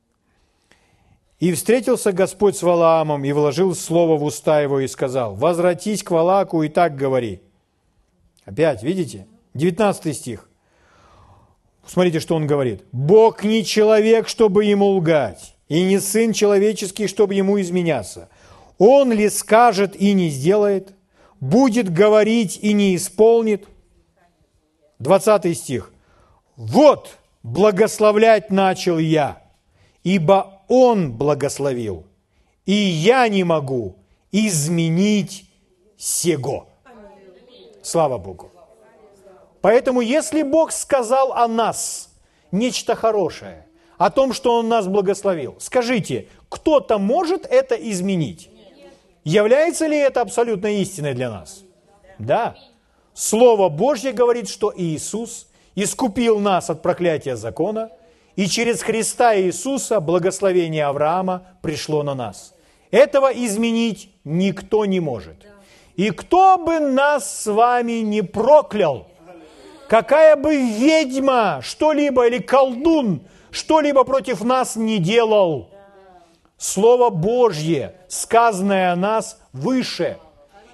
Speaker 1: «И встретился Господь с Валаамом, и вложил слово в уста его, и сказал: возвратись к Валаку, и так говори». Опять, видите? 19 стих. Смотрите, что он говорит. «Бог не человек, чтобы ему лгать, и не сын человеческий, чтобы ему изменяться. Он ли скажет и не сделает? Будет говорить и не исполнит». 20 стих. «Вот благословлять начал я, ибо Он благословил, и я не могу изменить сего». Слава Богу. Поэтому, если Бог сказал о нас нечто хорошее, о том, что Он нас благословил, скажите, кто-то может это изменить? Является ли это абсолютной истиной для нас? Да. Слово Божье говорит, что Иисус искупил нас от проклятия закона, и через Христа Иисуса благословение Авраама пришло на нас. Этого изменить никто не может. И кто бы нас с вами не проклял, какая бы ведьма что-либо или колдун что-либо против нас не делал, Слово Божье, сказанное о нас, выше.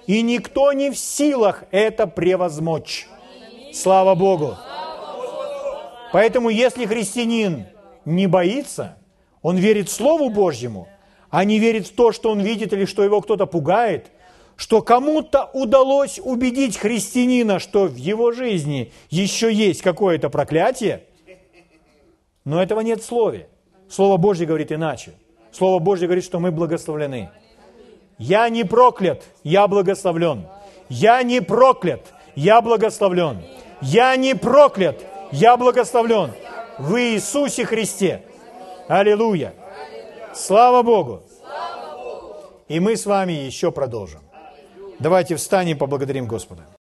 Speaker 1: И никто не в силах это превозмочь. Слава Богу! Поэтому, если христианин не боится, он верит Слову Божьему, а не верит в то, что он видит или что его кто-то пугает, что кому-то удалось убедить христианина, что в его жизни еще есть какое-то проклятие, но этого нет в Слове. Слово Божье говорит иначе. Слово Божье говорит, что мы благословлены. Я не проклят, я благословлен. Я не проклят, я благословлен. Я не проклят, я благословлен в Иисусе Христе. Аллилуйя! Слава Богу! И мы с вами еще продолжим. Давайте встанем и поблагодарим Господа.